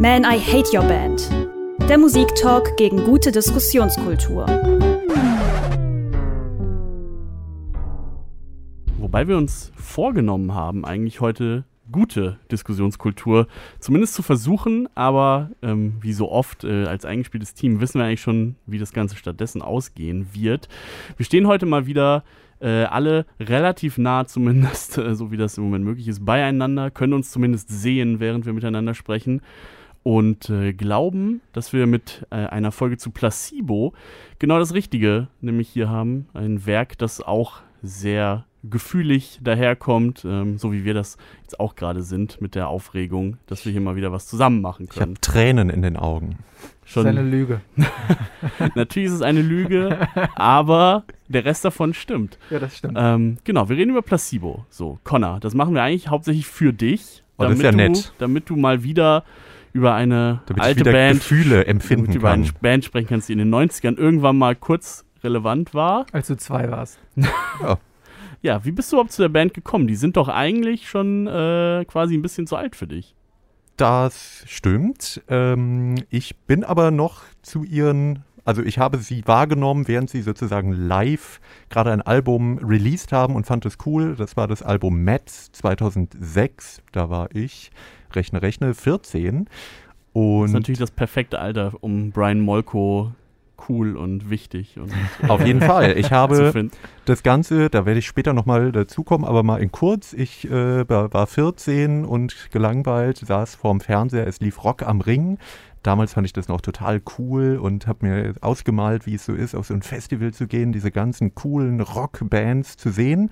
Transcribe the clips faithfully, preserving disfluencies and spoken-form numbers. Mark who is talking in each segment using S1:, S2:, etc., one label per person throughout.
S1: Man, I Hate Your Band. Der Musiktalk gegen gute Diskussionskultur.
S2: Wobei wir uns vorgenommen haben, eigentlich heute gute Diskussionskultur zumindest zu versuchen, aber ähm, wie so oft äh, als eingespieltes Team wissen wir eigentlich schon, wie das Ganze stattdessen ausgehen wird. Wir stehen heute mal wieder äh, alle relativ nah zumindest, äh, so wie das im Moment möglich ist, beieinander, können uns zumindest sehen, während wir miteinander sprechen und äh, glauben, dass wir mit äh, einer Folge zu Placebo genau das Richtige nämlich hier haben. Ein Werk, das auch sehr gefühlig daherkommt, ähm, so wie wir das jetzt auch gerade sind mit der Aufregung, dass wir hier mal wieder was zusammen machen können.
S3: Ich habe Tränen in den Augen.
S2: Schon
S4: Das ist eine Lüge.
S2: Natürlich ist es eine Lüge, aber der Rest davon stimmt.
S4: Ja, das stimmt.
S2: Ähm, genau, wir reden über Placebo. So, Connor, das machen wir eigentlich hauptsächlich für dich,
S3: Oh, das
S2: damit,
S3: ist ja
S2: du,
S3: nett.
S2: damit du mal wieder über eine
S3: Damit
S2: alte
S3: ich wieder
S2: Band,
S3: Gefühle empfinden
S2: damit du über
S3: kann.
S2: eine Band sprechen kannst, die in den neunzigern irgendwann mal kurz relevant war.
S4: Als du zwei warst.
S3: Ja.
S2: Ja, wie bist du überhaupt zu der Band gekommen? Die sind doch eigentlich schon äh, quasi ein bisschen zu alt für dich.
S3: Das stimmt. Ähm, ich bin aber noch zu ihren, also ich habe sie wahrgenommen, während sie sozusagen live gerade ein Album released haben und fand es cool. Das war das Album Mets zweitausendsechs. Da war ich, rechne, rechne, vierzehn. Und
S2: Das ist natürlich das perfekte Alter, um Brian Molko cool und wichtig und
S3: auf jeden Fall. Ich
S2: zu
S3: habe
S2: finden.
S3: das Ganze, da werde ich später nochmal dazukommen, aber mal in kurz. Ich äh, war vierzehn und gelangweilt, saß vorm Fernseher, es lief Rock am Ring. Damals fand ich das noch total cool und habe mir ausgemalt, wie es so ist, auf so ein Festival zu gehen, diese ganzen coolen Rockbands zu sehen.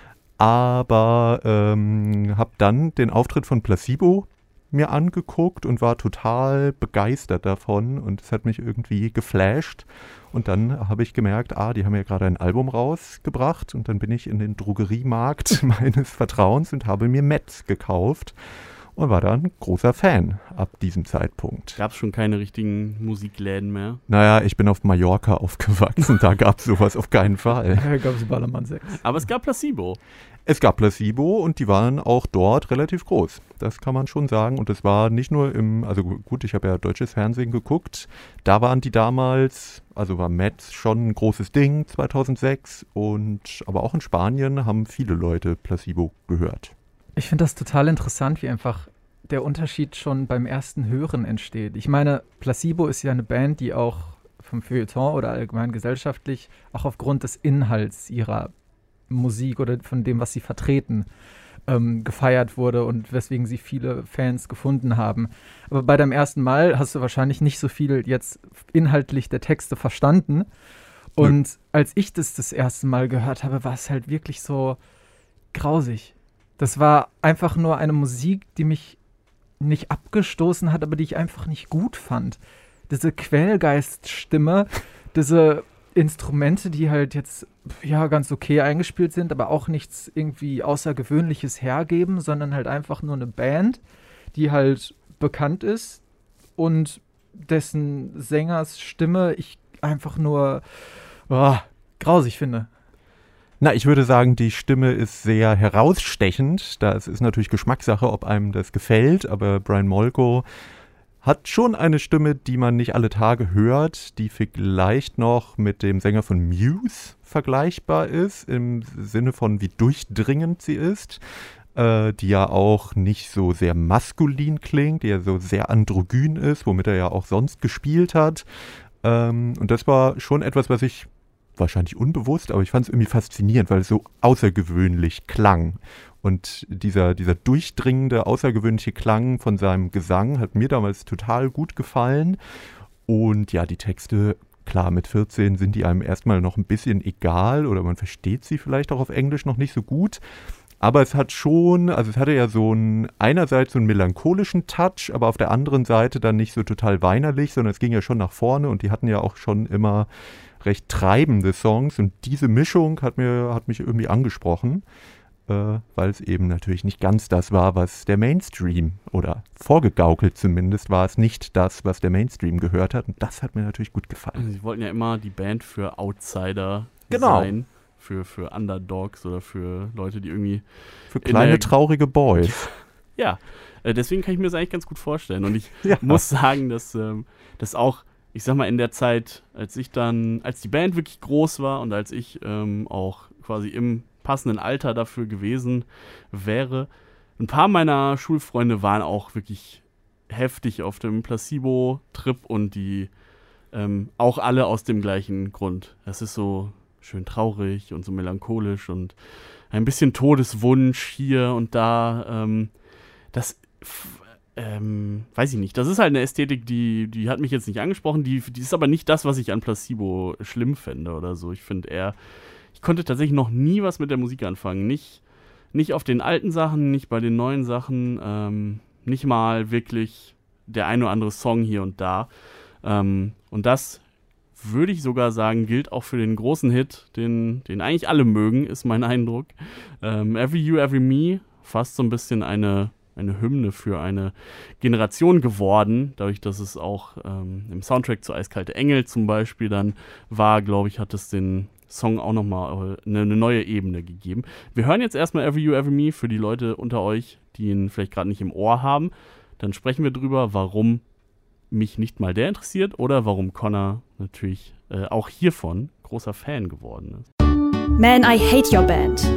S3: Aber ähm, habe dann den Auftritt von Placebo mir angeguckt und war total begeistert davon und es hat mich irgendwie geflasht. Und dann habe ich gemerkt, ah, die haben ja gerade ein Album rausgebracht und dann bin ich in den Drogeriemarkt meines Vertrauens und habe mir Mets gekauft und war dann großer Fan ab diesem Zeitpunkt.
S2: Gab es schon keine richtigen Musikläden mehr?
S3: Naja, ich bin auf Mallorca aufgewachsen, da gab es sowas auf keinen Fall.
S4: Da gab es Ballermann sechs.
S2: Aber es gab Placebo.
S3: Es gab Placebo und die waren auch dort relativ groß. Das kann man schon sagen. Und es war nicht nur im, also gut, ich habe ja deutsches Fernsehen geguckt. Da waren die damals, also war Mets schon ein großes Ding zweitausendsechs. Und aber auch in Spanien haben viele Leute Placebo gehört.
S4: Ich finde das total interessant, wie einfach der Unterschied schon beim ersten Hören entsteht. Ich meine, Placebo ist ja eine Band, die auch vom Feuilleton oder allgemein gesellschaftlich auch aufgrund des Inhalts ihrer Musik oder von dem, was sie vertreten, ähm, gefeiert wurde und weswegen sie viele Fans gefunden haben. Aber bei deinem ersten Mal hast du wahrscheinlich nicht so viel jetzt inhaltlich der Texte verstanden. Und ja. Als ich das das erste Mal gehört habe, war es halt wirklich so grausig. Das war einfach nur eine Musik, die mich nicht abgestoßen hat, aber die ich einfach nicht gut fand. Diese Quellgeiststimme, diese Instrumente, die halt jetzt ja ganz okay eingespielt sind, aber auch nichts irgendwie Außergewöhnliches hergeben, sondern halt einfach nur eine Band, die halt bekannt ist und dessen Sängers Stimme ich einfach nur oh, grausig finde.
S3: Na, ich würde sagen, die Stimme ist sehr herausstechend. Das ist natürlich Geschmackssache, ob einem das gefällt, aber Brian Molko hat schon eine Stimme, die man nicht alle Tage hört, die vielleicht noch mit dem Sänger von Muse vergleichbar ist, im Sinne von wie durchdringend sie ist, äh, die ja auch nicht so sehr maskulin klingt, die ja so sehr androgyn ist, womit er ja auch sonst gespielt hat. Ähm, und das war schon etwas, was ich wahrscheinlich unbewusst, aber ich fand es irgendwie faszinierend, weil es so außergewöhnlich klang. Und dieser, dieser durchdringende, außergewöhnliche Klang von seinem Gesang hat mir damals total gut gefallen. Und ja, die Texte, klar, mit vierzehn sind die einem erstmal noch ein bisschen egal oder man versteht sie vielleicht auch auf Englisch noch nicht so gut. Aber es hat schon, also es hatte ja so einen, einerseits so einen melancholischen Touch, aber auf der anderen Seite dann nicht so total weinerlich, sondern es ging ja schon nach vorne und die hatten ja auch schon immer recht treibende Songs. Und diese Mischung hat mir, hat mich irgendwie angesprochen. Äh, weil es eben natürlich nicht ganz das war, was der Mainstream, oder vorgegaukelt zumindest, war es nicht das, was der Mainstream gehört hat. Und das hat mir natürlich gut gefallen.
S2: Sie wollten ja immer die Band für Outsider
S3: genau.
S2: sein, für, für Underdogs oder für Leute, die irgendwie
S3: für kleine,
S2: der,
S3: traurige Boys.
S2: Ja, äh, deswegen kann ich mir das eigentlich ganz gut vorstellen. Und ich
S3: Ja.
S2: muss sagen, dass ähm, das auch, ich sag mal, in der Zeit, als ich dann, als die Band wirklich groß war und als ich ähm, auch quasi im passenden Alter dafür gewesen wäre, ein paar meiner Schulfreunde waren auch wirklich heftig auf dem Placebo-Trip und die ähm, auch alle aus dem gleichen Grund. Es ist so schön traurig und so melancholisch und ein bisschen Todeswunsch hier und da. Ähm, das, f- ähm, weiß ich nicht, das ist halt eine Ästhetik, die, die hat mich jetzt nicht angesprochen, die, die ist aber nicht das, was ich an Placebo schlimm fände oder so. Ich finde eher, ich konnte tatsächlich noch nie was mit der Musik anfangen. Nicht, nicht auf den alten Sachen, nicht bei den neuen Sachen, ähm, nicht mal wirklich der ein oder andere Song hier und da. Ähm, und das würde ich sogar sagen, gilt auch für den großen Hit, den, den eigentlich alle mögen, ist mein Eindruck. Ähm, Every You, Every Me, fast so ein bisschen eine, eine Hymne für eine Generation geworden, dadurch, dass es auch ähm, im Soundtrack zu Eiskalte Engel zum Beispiel dann war, glaube ich, hat es den Song auch nochmal eine, eine neue Ebene gegeben. Wir hören jetzt erstmal Every You, Every Me für die Leute unter euch, die ihn vielleicht gerade nicht im Ohr haben. Dann sprechen wir drüber, warum mich nicht mal der interessiert oder warum Connor natürlich äh, auch hiervon großer Fan geworden ist.
S1: Man, I Hate Your Band.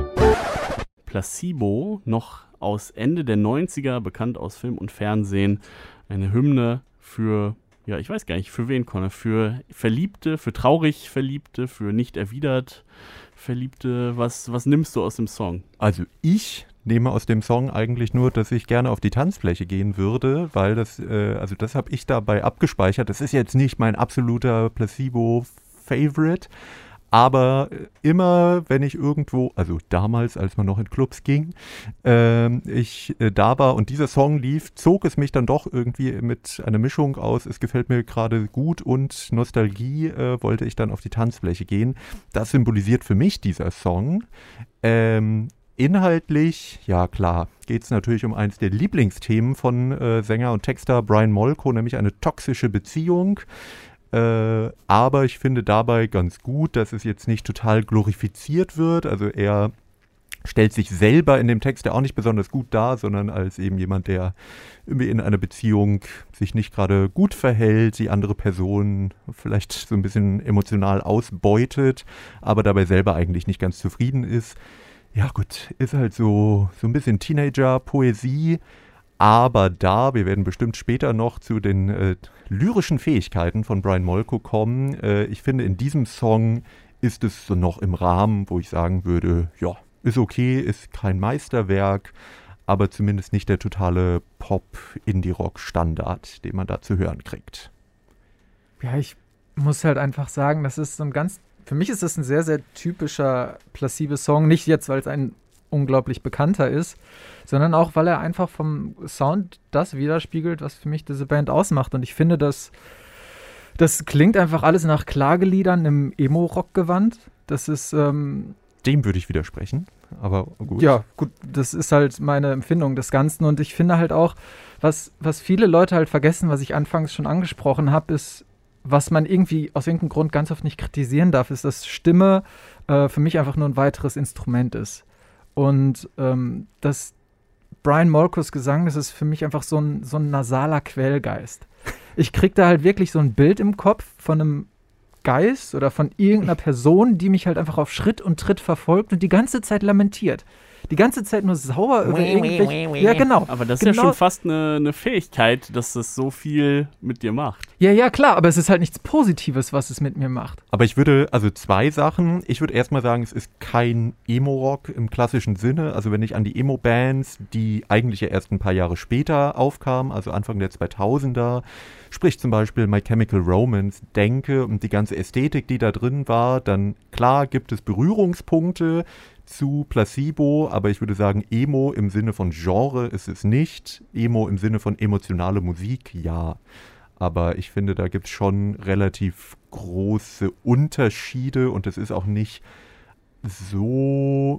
S2: Placebo, noch aus Ende der neunziger, bekannt aus Film und Fernsehen, eine Hymne für, ja, ich weiß gar nicht, für wen, Connor, für Verliebte, für traurig Verliebte, für nicht erwidert Verliebte. Was, was nimmst du aus dem Song?
S3: Also ich nehme aus dem Song eigentlich nur, dass ich gerne auf die Tanzfläche gehen würde, weil das, äh, also das habe ich dabei abgespeichert. Das ist jetzt nicht mein absoluter Placebo-Favorite, aber immer, wenn ich irgendwo, also damals, als man noch in Clubs ging, ähm, ich äh, da war und dieser Song lief, zog es mich dann doch irgendwie mit einer Mischung aus, es gefällt mir gerade gut und Nostalgie, äh, wollte ich dann auf die Tanzfläche gehen. Das symbolisiert für mich dieser Song. Ähm, Inhaltlich, ja klar, geht es natürlich um eins der Lieblingsthemen von äh, Sänger und Texter Brian Molko, nämlich eine toxische Beziehung. Äh, aber ich finde dabei ganz gut, dass es jetzt nicht total glorifiziert wird. Also er stellt sich selber in dem Text ja auch nicht besonders gut dar, sondern als eben jemand, der irgendwie in einer Beziehung sich nicht gerade gut verhält, die andere Person vielleicht so ein bisschen emotional ausbeutet, aber dabei selber eigentlich nicht ganz zufrieden ist. Ja gut, ist halt so, so ein bisschen Teenager-Poesie, aber da, wir werden bestimmt später noch zu den äh, lyrischen Fähigkeiten von Brian Molko kommen. Äh, ich finde, in diesem Song ist es so noch im Rahmen, wo ich sagen würde, ja, ist okay, ist kein Meisterwerk, aber zumindest nicht der totale Pop-Indie-Rock-Standard, den man da zu hören kriegt.
S4: Ja, ich muss halt einfach sagen, das ist so ein ganz Für mich ist das ein sehr, sehr typischer Placebo-Song. Nicht jetzt, weil es ein unglaublich bekannter ist, sondern auch, weil er einfach vom Sound das widerspiegelt, was für mich diese Band ausmacht. Und ich finde, das, das klingt einfach alles nach Klageliedern im Emo-Rock-Gewand. Das ist ähm,
S3: Dem würde ich widersprechen, aber gut.
S4: Ja, gut, das ist halt meine Empfindung des Ganzen. Und ich finde halt auch, was, was viele Leute halt vergessen, was ich anfangs schon angesprochen habe, ist, was man irgendwie aus irgendeinem Grund ganz oft nicht kritisieren darf, ist, dass Stimme äh, für mich einfach nur ein weiteres Instrument ist. Und ähm, dass Brian Molkos Gesang, das ist für mich einfach so ein, so ein nasaler Quellgeist. Ich krieg da halt wirklich so ein Bild im Kopf von einem Geist oder von irgendeiner Person, die mich halt einfach auf Schritt und Tritt verfolgt und die ganze Zeit lamentiert. Die ganze Zeit nur sauer über irgendwelche... Ja, genau.
S2: Aber das
S4: genau.
S2: ist ja schon fast eine, eine Fähigkeit, dass das so viel mit dir macht.
S4: Ja, ja, klar, aber es ist halt nichts Positives, was es mit mir macht.
S3: Aber ich würde, also zwei Sachen. Ich würde erstmal sagen, es ist kein Emo-Rock im klassischen Sinne. Also wenn ich an die Emo-Bands, die eigentlich ja erst ein paar Jahre später aufkamen, also Anfang der zweitausender, sprich zum Beispiel My Chemical Romance, denke und die ganze Ästhetik, die da drin war, dann klar gibt es Berührungspunkte zu Placebo, aber ich würde sagen, Emo im Sinne von Genre ist es nicht. Emo im Sinne von emotionale Musik, ja. Aber ich finde, da gibt es schon relativ große Unterschiede und es ist auch nicht so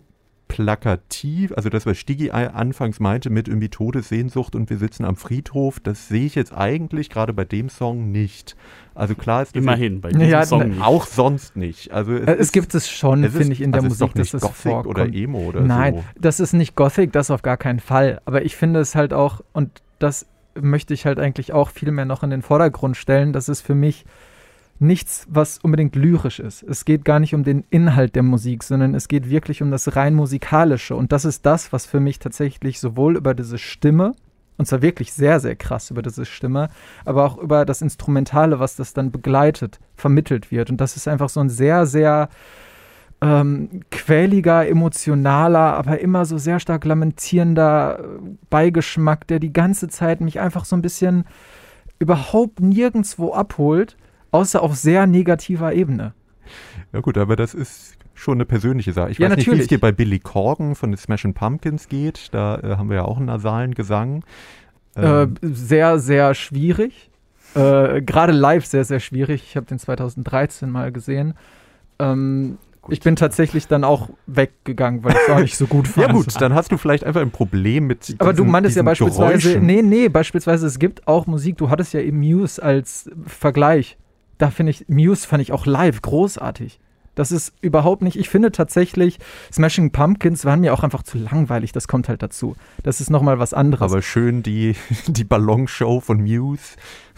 S3: plakativ, also das, was Stiggi anfangs meinte mit irgendwie Todessehnsucht und wir sitzen am Friedhof, das sehe ich jetzt eigentlich gerade bei dem Song nicht. Also klar ist das
S2: immerhin bei diesem
S4: ja,
S2: Song nicht.
S3: Auch sonst nicht. Also es,
S4: Es
S3: ist,
S4: gibt es schon,
S3: es
S4: finde ich, in der
S3: also es ist
S4: Musik,
S3: doch nicht
S4: dass es
S3: Gothic
S4: vorkommt.
S3: oder Emo oder
S4: Nein,
S3: so.
S4: das ist nicht Gothic, das auf gar keinen Fall. Aber ich finde es halt auch, und das möchte ich halt eigentlich auch viel mehr noch in den Vordergrund stellen, das ist für mich nichts, was unbedingt lyrisch ist. Es geht gar nicht um den Inhalt der Musik, sondern es geht wirklich um das rein Musikalische. Und das ist das, was für mich tatsächlich sowohl über diese Stimme, und zwar wirklich sehr, sehr krass über diese Stimme, aber auch über das Instrumentale, was das dann begleitet, vermittelt wird. Und das ist einfach so ein sehr, sehr ähm, quäliger, emotionaler, aber immer so sehr stark lamentierender Beigeschmack, der die ganze Zeit mich einfach so ein bisschen überhaupt nirgendwo abholt, außer auf sehr negativer Ebene.
S3: Ja gut, aber das ist schon eine persönliche Sache. Ich
S4: Ja,
S3: weiß nicht, wie
S4: natürlich.
S3: es dir bei Billy Corgan von den Smashing Pumpkins geht. Da äh, haben wir ja auch einen nasalen Gesang. Ähm,
S4: Äh, sehr, sehr schwierig. Äh, Gerade live sehr, sehr schwierig. Ich habe den zweitausenddreizehn mal gesehen. Ähm, ich bin tatsächlich dann auch weggegangen, weil ich es auch nicht so gut fand.
S3: ja gut, dann hast du vielleicht einfach ein Problem mit
S4: Aber du
S3: diesen-
S4: meintest ja
S3: diesen
S4: beispielsweise,
S3: Geräuschen.
S4: nee, nee, beispielsweise es gibt auch Musik, du hattest ja eben Muse als Vergleich. Da finde ich, Muse fand ich auch live großartig. Das ist überhaupt nicht, ich finde tatsächlich, Smashing Pumpkins waren mir auch einfach zu langweilig, das kommt halt dazu. Das ist nochmal was anderes.
S3: Aber schön die, die Ballonshow von Muse.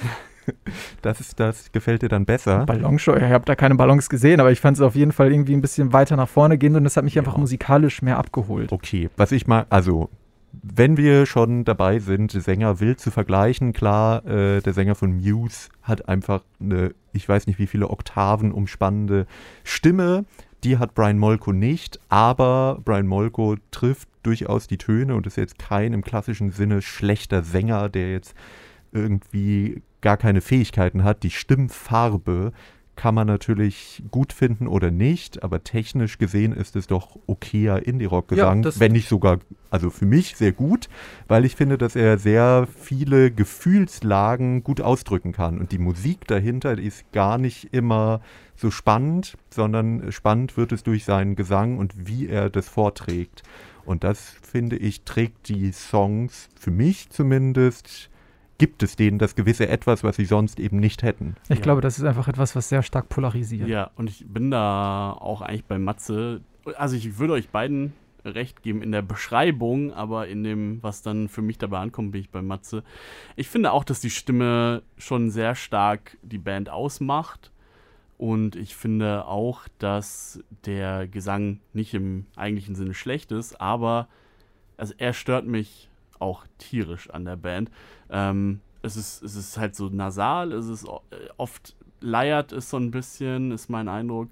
S3: Das, ist, das gefällt dir dann besser.
S4: Ballonshow, ich habe da keine Ballons gesehen, aber ich fand es auf jeden Fall irgendwie ein bisschen weiter nach vorne gehend und das hat mich
S3: Ja.
S4: einfach musikalisch mehr abgeholt.
S3: Okay, was ich mal, also wenn wir schon dabei sind, Sänger wild zu vergleichen, klar, äh, der Sänger von Muse hat einfach eine, ich weiß nicht wie viele Oktaven umspannende Stimme, die hat Brian Molko nicht, aber Brian Molko trifft durchaus die Töne und ist jetzt kein im klassischen Sinne schlechter Sänger, der jetzt irgendwie gar keine Fähigkeiten hat. Die Stimmfarbe kann man natürlich gut finden oder nicht, aber technisch gesehen ist es doch okayer Indie-Rock-Gesang,
S4: Ja, das-
S3: wenn nicht sogar, also für mich sehr gut, weil ich finde, dass er sehr viele Gefühlslagen gut ausdrücken kann und die Musik dahinter die ist gar nicht immer so spannend, sondern spannend wird es durch seinen Gesang und wie er das vorträgt. Und das, finde ich, trägt die Songs, für mich zumindest, gibt es denen das gewisse Etwas, was sie sonst eben nicht hätten.
S4: Ich
S2: Ja.
S4: glaube, das ist einfach etwas, was sehr stark polarisiert.
S2: Ja, und ich bin da auch eigentlich bei Matze. Also ich würde euch beiden recht geben in der Beschreibung, aber in dem, was dann für mich dabei ankommt, bin ich bei Matze. Ich finde auch, dass die Stimme schon sehr stark die Band ausmacht. Und ich finde auch, dass der Gesang nicht im eigentlichen Sinne schlecht ist, aber also er stört mich auch tierisch an der Band. Ähm, es ist, es ist halt so nasal, es ist o- oft leiert es so ein bisschen, ist mein Eindruck.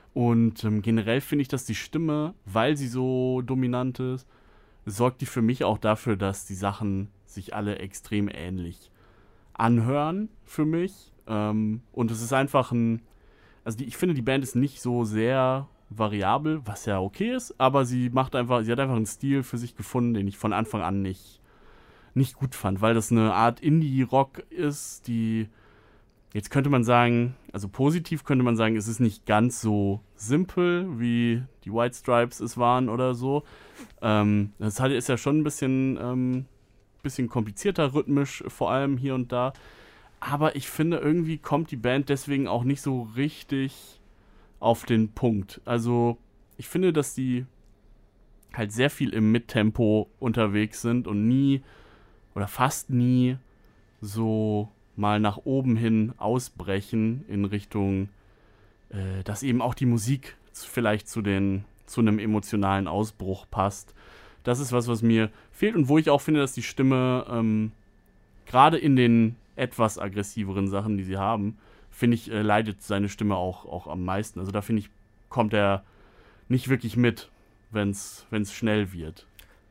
S2: Und ähm, generell finde ich, dass die Stimme, weil sie so dominant ist, sorgt die für mich auch dafür, dass die Sachen sich alle extrem ähnlich anhören für mich. Ähm, und es ist einfach ein, also die, ich finde, die Band ist nicht so sehr variabel, was ja okay ist, aber sie macht einfach, sie hat einfach einen Stil für sich gefunden, den ich von Anfang an nicht, nicht gut fand, weil das eine Art Indie-Rock ist, die, jetzt könnte man sagen, also positiv könnte man sagen, es ist nicht ganz so simpel, wie die White Stripes es waren oder so. Ähm, das halt ist ja schon ein bisschen, ähm, bisschen komplizierter rhythmisch, vor allem hier und da. Aber ich finde, irgendwie kommt die Band deswegen auch nicht so richtig auf den Punkt. Also ich finde, dass die halt sehr viel im Mittempo unterwegs sind und nie oder fast nie so mal nach oben hin ausbrechen in Richtung, äh, dass eben auch die Musik zu, vielleicht zu, den, zu einem emotionalen Ausbruch passt. Das ist was, was mir fehlt und wo ich auch finde, dass die Stimme ähm, gerade in den etwas aggressiveren Sachen, die sie haben, finde ich, äh, leidet seine Stimme auch, auch am meisten. Also da finde ich, kommt er nicht wirklich mit, wenn es schnell wird.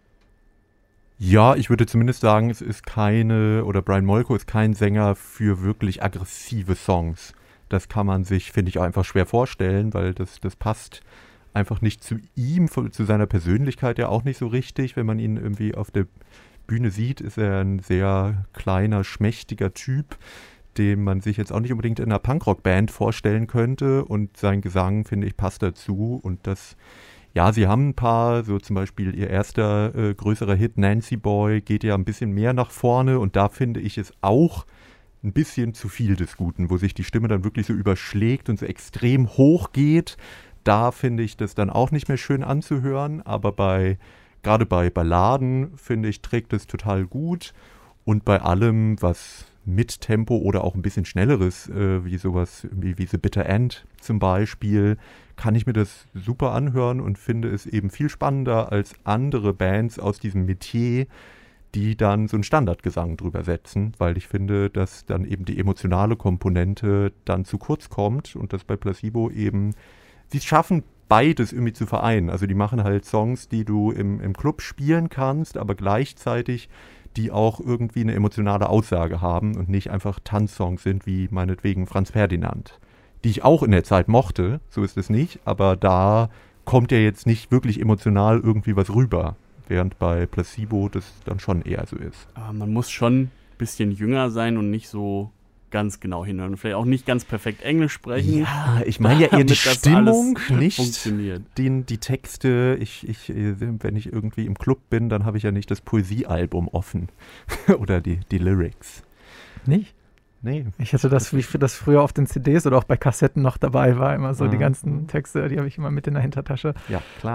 S3: Ja, ich würde zumindest sagen, es ist keine, oder Brian Molko ist kein Sänger für wirklich aggressive Songs. Das kann man sich, finde ich, auch einfach schwer vorstellen, weil das, das passt einfach nicht zu ihm, zu seiner Persönlichkeit ja auch nicht so richtig. Wenn man ihn irgendwie auf der Bühne sieht, ist er ein sehr kleiner, schmächtiger Typ, den man sich jetzt auch nicht unbedingt in einer Punkrock-Band vorstellen könnte. Und sein Gesang, finde ich, passt dazu. Und das, Ja, sie haben ein paar, so zum Beispiel ihr erster äh, größerer Hit Nancy Boy geht ja ein bisschen mehr nach vorne und da finde ich es auch ein bisschen zu viel des Guten, wo sich die Stimme dann wirklich so überschlägt und so extrem hoch geht. Da finde ich das dann auch nicht mehr schön anzuhören, aber bei gerade bei Balladen, finde ich, trägt es total gut und bei allem, was mit Tempo oder auch ein bisschen schnelleres, äh, wie sowas wie, wie The Bitter End zum Beispiel, kann ich mir das super anhören und finde es eben viel spannender als andere Bands aus diesem Metier, die dann so einen Standardgesang drüber setzen, weil ich finde, dass dann eben die emotionale Komponente dann zu kurz kommt und das bei Placebo eben, sie schaffen beides irgendwie zu vereinen. Also die machen halt Songs, die du im, im Club spielen kannst, aber gleichzeitig die auch irgendwie eine emotionale Aussage haben und nicht einfach Tanzsongs sind, wie meinetwegen Franz Ferdinand, die ich auch in der Zeit mochte, so ist es nicht, aber da kommt ja jetzt nicht wirklich emotional irgendwie was rüber, während bei Placebo das dann schon eher so ist.
S2: Aber man muss schon ein bisschen jünger sein und nicht so ganz genau hinhören. Vielleicht auch nicht ganz perfekt Englisch sprechen.
S3: Ja, ich meine ja eher die Stimmung, nicht
S2: funktioniert.
S3: Den, die Texte. Ich, ich, wenn ich irgendwie im Club bin, dann habe ich ja nicht das Poesiealbum offen. Oder die, die Lyrics.
S4: Nicht?
S3: Nee.
S4: Ich hatte das, wie das früher auf den C Ds oder auch bei Kassetten noch dabei war, immer so
S3: ah.
S4: die ganzen Texte, die habe ich immer mit in der Hintertasche.
S3: Ja, klar.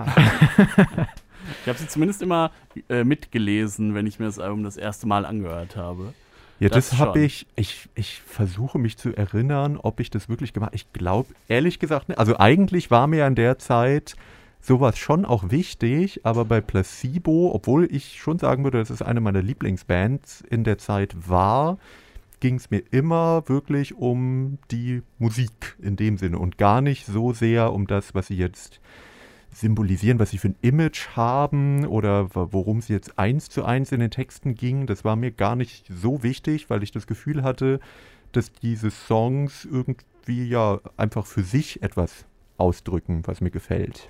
S2: Ich habe sie zumindest immer äh, mitgelesen, wenn ich mir das Album das erste Mal angehört habe.
S3: Ja, das,
S2: das
S3: habe ich, ich, ich versuche mich zu erinnern, ob ich das wirklich gemacht habe. Ich glaube, ehrlich gesagt, ne, also eigentlich war mir an der Zeit sowas schon auch wichtig, aber bei Placebo, obwohl ich schon sagen würde, dass es eine meiner Lieblingsbands in der Zeit war, ging es mir immer wirklich um die Musik in dem Sinne und gar nicht so sehr um das, was sie jetzt symbolisieren, was sie für ein Image haben oder worum es jetzt eins zu eins in den Texten ging. Das war mir gar nicht so wichtig, weil ich das Gefühl hatte, dass diese Songs irgendwie ja einfach für sich etwas ausdrücken, was mir gefällt.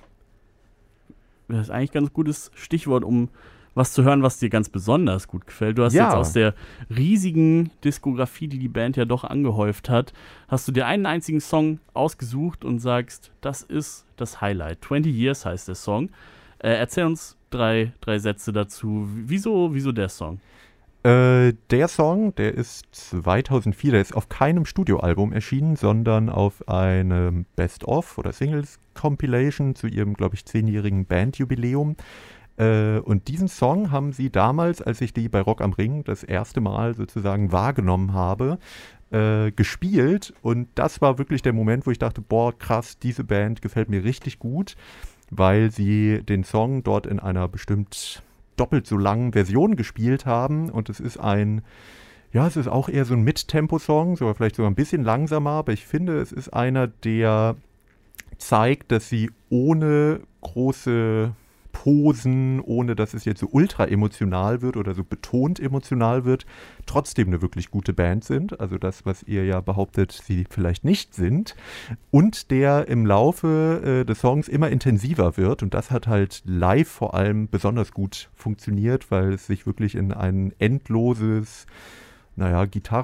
S2: Das ist eigentlich ein ganz gutes Stichwort, um was zu hören, was dir ganz besonders gut gefällt. Du hast
S3: Ja.
S2: jetzt aus der riesigen Diskografie, die die Band ja doch angehäuft hat, hast du dir einen einzigen Song ausgesucht und sagst, das ist das Highlight. twenty Years heißt der Song. Äh, erzähl uns drei, drei Sätze dazu. Wieso, wieso der Song?
S3: Äh, der Song, der ist zweitausendvier, der ist auf keinem Studioalbum erschienen, sondern auf einem Best-of oder Singles-Compilation zu ihrem, glaube ich, zehnjährigen Bandjubiläum. Äh, und diesen Song haben sie damals, als ich die bei Rock am Ring das erste Mal sozusagen wahrgenommen habe, äh, gespielt. Und das war wirklich der Moment, wo ich dachte, boah, krass, diese Band gefällt mir richtig gut, weil sie den Song dort in einer bestimmt doppelt so langen Version gespielt haben. Und es ist ein, ja, es ist auch eher so ein Mittempo-Song, sogar vielleicht sogar ein bisschen langsamer, aber ich finde, es ist einer, der zeigt, dass sie ohne große Posen, ohne dass es jetzt so ultra emotional wird oder so betont emotional wird, trotzdem eine wirklich gute Band sind. Also das, was ihr ja behauptet, sie vielleicht nicht sind. Und der im Laufe äh, des Songs immer intensiver wird. Und das hat halt live vor allem besonders gut funktioniert, weil es sich wirklich in ein endloses, naja,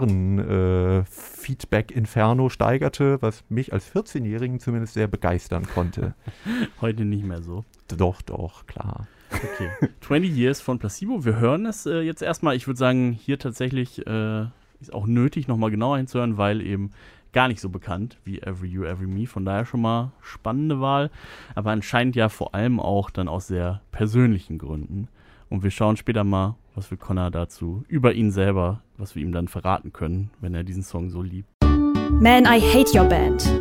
S3: Gitarren-Feedback-Inferno äh, steigerte, was mich als vierzehnjährigen zumindest sehr begeistern konnte.
S2: Heute nicht mehr so.
S3: Doch, doch, klar.
S2: Okay. twenty Years von Placebo. Wir hören es äh, jetzt erstmal. Ich würde sagen, hier tatsächlich äh, ist auch nötig, nochmal genauer hinzuhören, weil eben gar nicht so bekannt wie Every You, Every Me. Von daher schon mal spannende Wahl. Aber anscheinend ja vor allem auch dann aus sehr persönlichen Gründen. Und wir schauen später mal, was wir Connor dazu über ihn selber, was wir ihm dann verraten können, wenn er diesen Song so liebt.
S1: Man, I Hate Your Band.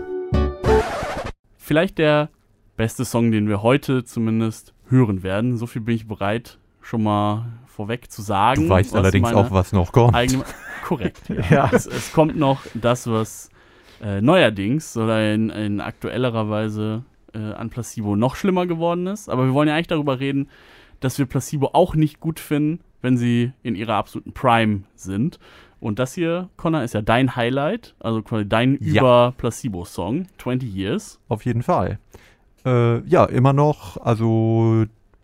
S2: Vielleicht der beste Song, den wir heute zumindest hören werden. So viel bin ich bereit, schon mal vorweg zu sagen.
S3: Du weißt allerdings auch, was noch kommt.
S2: Eigene, korrekt, ja.
S4: Ja.
S2: Es, es kommt noch das, was äh, neuerdings oder in, in aktuellerer Weise äh, an Placebo noch schlimmer geworden ist. Aber wir wollen ja eigentlich darüber reden, dass wir Placebo auch nicht gut finden, wenn sie in ihrer absoluten Prime sind. Und das hier, Connor, ist ja dein Highlight, also quasi dein
S3: Ja.
S2: Über-Placebo-Song, twenty Years.
S3: Auf jeden Fall. Äh, ja, immer noch, also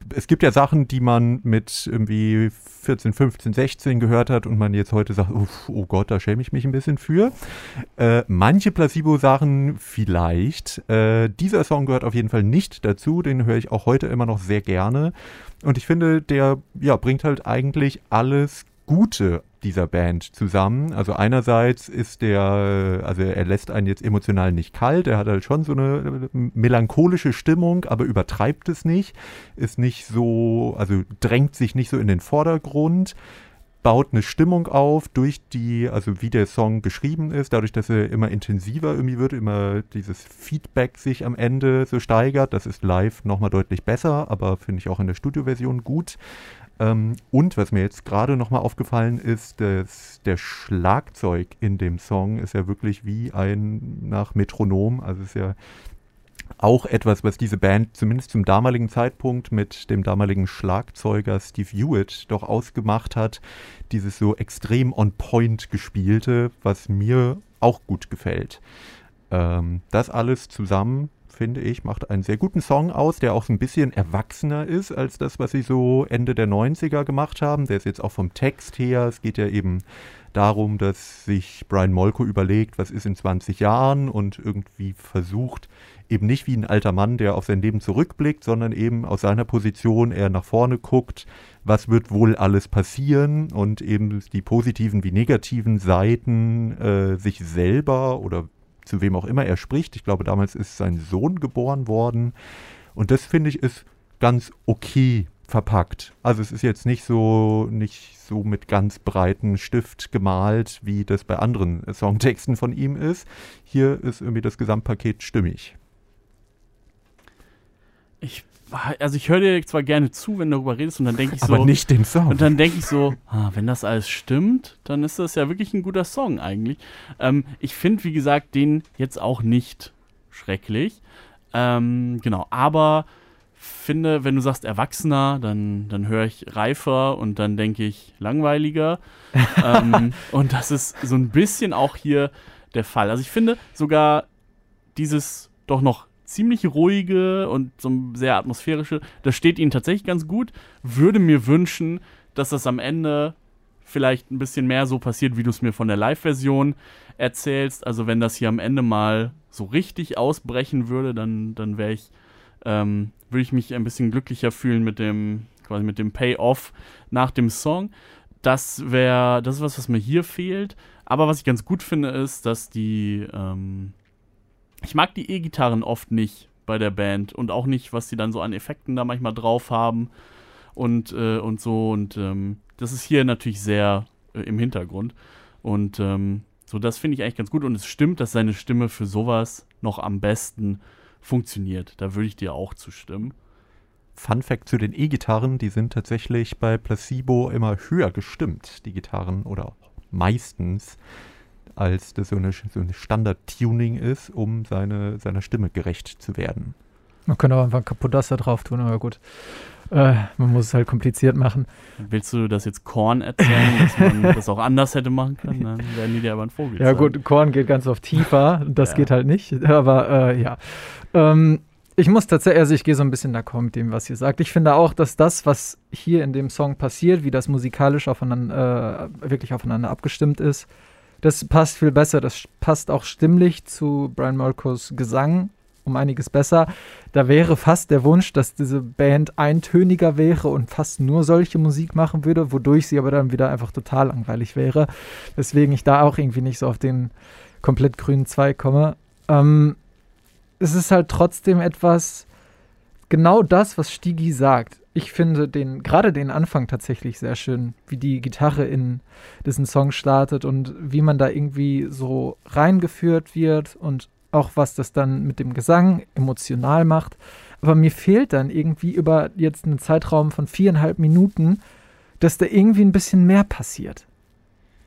S3: es gibt ja Sachen, die man mit irgendwie vierzehn, fünfzehn, sechzehn gehört hat und man jetzt heute sagt, uff, oh Gott, da schäme ich mich ein bisschen für. Äh, manche Placebo-Sachen vielleicht. Äh, dieser Song gehört auf jeden Fall nicht dazu, den höre ich auch heute immer noch sehr gerne. Und ich finde, der ja, bringt halt eigentlich alles Gute dieser Band zusammen. Also einerseits ist der, also er lässt einen jetzt emotional nicht kalt, er hat halt schon so eine melancholische Stimmung, aber übertreibt es nicht, ist nicht so, also drängt sich nicht so in den Vordergrund, baut eine Stimmung auf durch die, also wie der Song geschrieben ist, dadurch, dass er immer intensiver irgendwie wird, immer dieses Feedback sich am Ende so steigert. Das ist live nochmal deutlich besser, aber finde ich auch in der Studioversion gut. Ähm, und was mir jetzt gerade nochmal aufgefallen ist, dass der Schlagzeug in dem Song ist ja wirklich wie ein nach Metronom, also ist ja auch etwas, was diese Band zumindest zum damaligen Zeitpunkt mit dem damaligen Schlagzeuger Steve Hewitt doch ausgemacht hat, dieses so extrem on point gespielte, was mir auch gut gefällt. Ähm, das alles zusammen, finde ich, macht einen sehr guten Song aus, der auch so ein bisschen erwachsener ist als das, was sie so Ende der neunziger gemacht haben. Der ist jetzt auch vom Text her, es geht ja eben darum, dass sich Brian Molko überlegt, was ist in zwanzig Jahren und irgendwie versucht, eben nicht wie ein alter Mann, der auf sein Leben zurückblickt, sondern eben aus seiner Position eher nach vorne guckt, was wird wohl alles passieren und eben die positiven wie negativen Seiten äh, sich selber oder zu wem auch immer er spricht. Ich glaube, damals ist sein Sohn geboren worden. Und das, finde ich, ist ganz okay verpackt. Also es ist jetzt nicht so, nicht so mit ganz breiten Stift gemalt, wie das bei anderen Songtexten von ihm ist. Hier ist irgendwie das Gesamtpaket stimmig.
S2: Ich, also ich höre dir zwar gerne zu, wenn du darüber redest und dann denke ich so...
S3: Aber nicht den Song.
S2: Und dann denke ich so, ah, wenn das alles stimmt, dann ist das ja wirklich ein guter Song eigentlich. Ähm, ich finde, wie gesagt, den jetzt auch nicht schrecklich. Ähm, genau, aber finde, wenn du sagst Erwachsener, dann, dann höre ich reifer und dann denke ich langweiliger. ähm, und das ist so ein bisschen auch hier der Fall. Also ich finde sogar dieses doch noch ziemlich ruhige und so sehr atmosphärische, das steht ihnen tatsächlich ganz gut. Würde mir wünschen, dass das am Ende vielleicht ein bisschen mehr so passiert, wie du es mir von der Live-Version erzählst. Also wenn das hier am Ende mal so richtig ausbrechen würde, dann, dann wäre ich, ähm, würde ich mich ein bisschen glücklicher fühlen mit dem, quasi mit dem Payoff nach dem Song. Das wäre, das ist was, was mir hier fehlt. Aber was ich ganz gut finde, ist, dass die, ähm, ich mag die E-Gitarren oft nicht bei der Band und auch nicht, was die dann so an Effekten da manchmal drauf haben und, äh, und so. Und ähm, das ist hier natürlich sehr äh, im Hintergrund. Und ähm, so, das finde ich eigentlich ganz gut. Und es stimmt, dass seine Stimme für sowas noch am besten funktioniert. Da würde ich dir auch zustimmen.
S3: Fun Fact zu den E-Gitarren, die sind tatsächlich bei Placebo immer höher gestimmt, die Gitarren, oder meistens, als das so eine, so eine Standard-Tuning ist, um seine, seiner Stimme gerecht zu werden.
S4: Man könnte auch einfach ein Kapodasser drauf tun, aber gut. Äh, man muss es halt kompliziert machen.
S2: Willst du das jetzt Korn erzählen, dass man das auch anders hätte machen können? Dann werden die dir aber einen Vogel
S4: Ja
S2: zeigen.
S4: gut, Korn geht ganz oft tiefer, das
S2: Ja.
S4: geht halt nicht, aber äh, ja. Ähm, ich muss tatsächlich, also ich gehe so ein bisschen d'accord mit dem, was ihr sagt. Ich finde auch, dass das, was hier in dem Song passiert, wie das musikalisch aufeinander, äh, wirklich aufeinander abgestimmt ist, das passt viel besser, das passt auch stimmlich zu Brian Molkos Gesang um einiges besser. Da wäre fast der Wunsch, dass diese Band eintöniger wäre und fast nur solche Musik machen würde, wodurch sie aber dann wieder einfach total langweilig wäre. Weswegen ich da auch irgendwie nicht so auf den komplett grünen Zweig komme. Ähm, es ist halt trotzdem etwas, genau das, was Stigi sagt. Ich finde den, gerade den Anfang tatsächlich sehr schön, wie die Gitarre in diesen Song startet und wie man da irgendwie so reingeführt wird und auch was das dann mit dem Gesang emotional macht. Aber mir fehlt dann irgendwie über jetzt einen Zeitraum von viereinhalb Minuten, dass da irgendwie ein bisschen mehr passiert.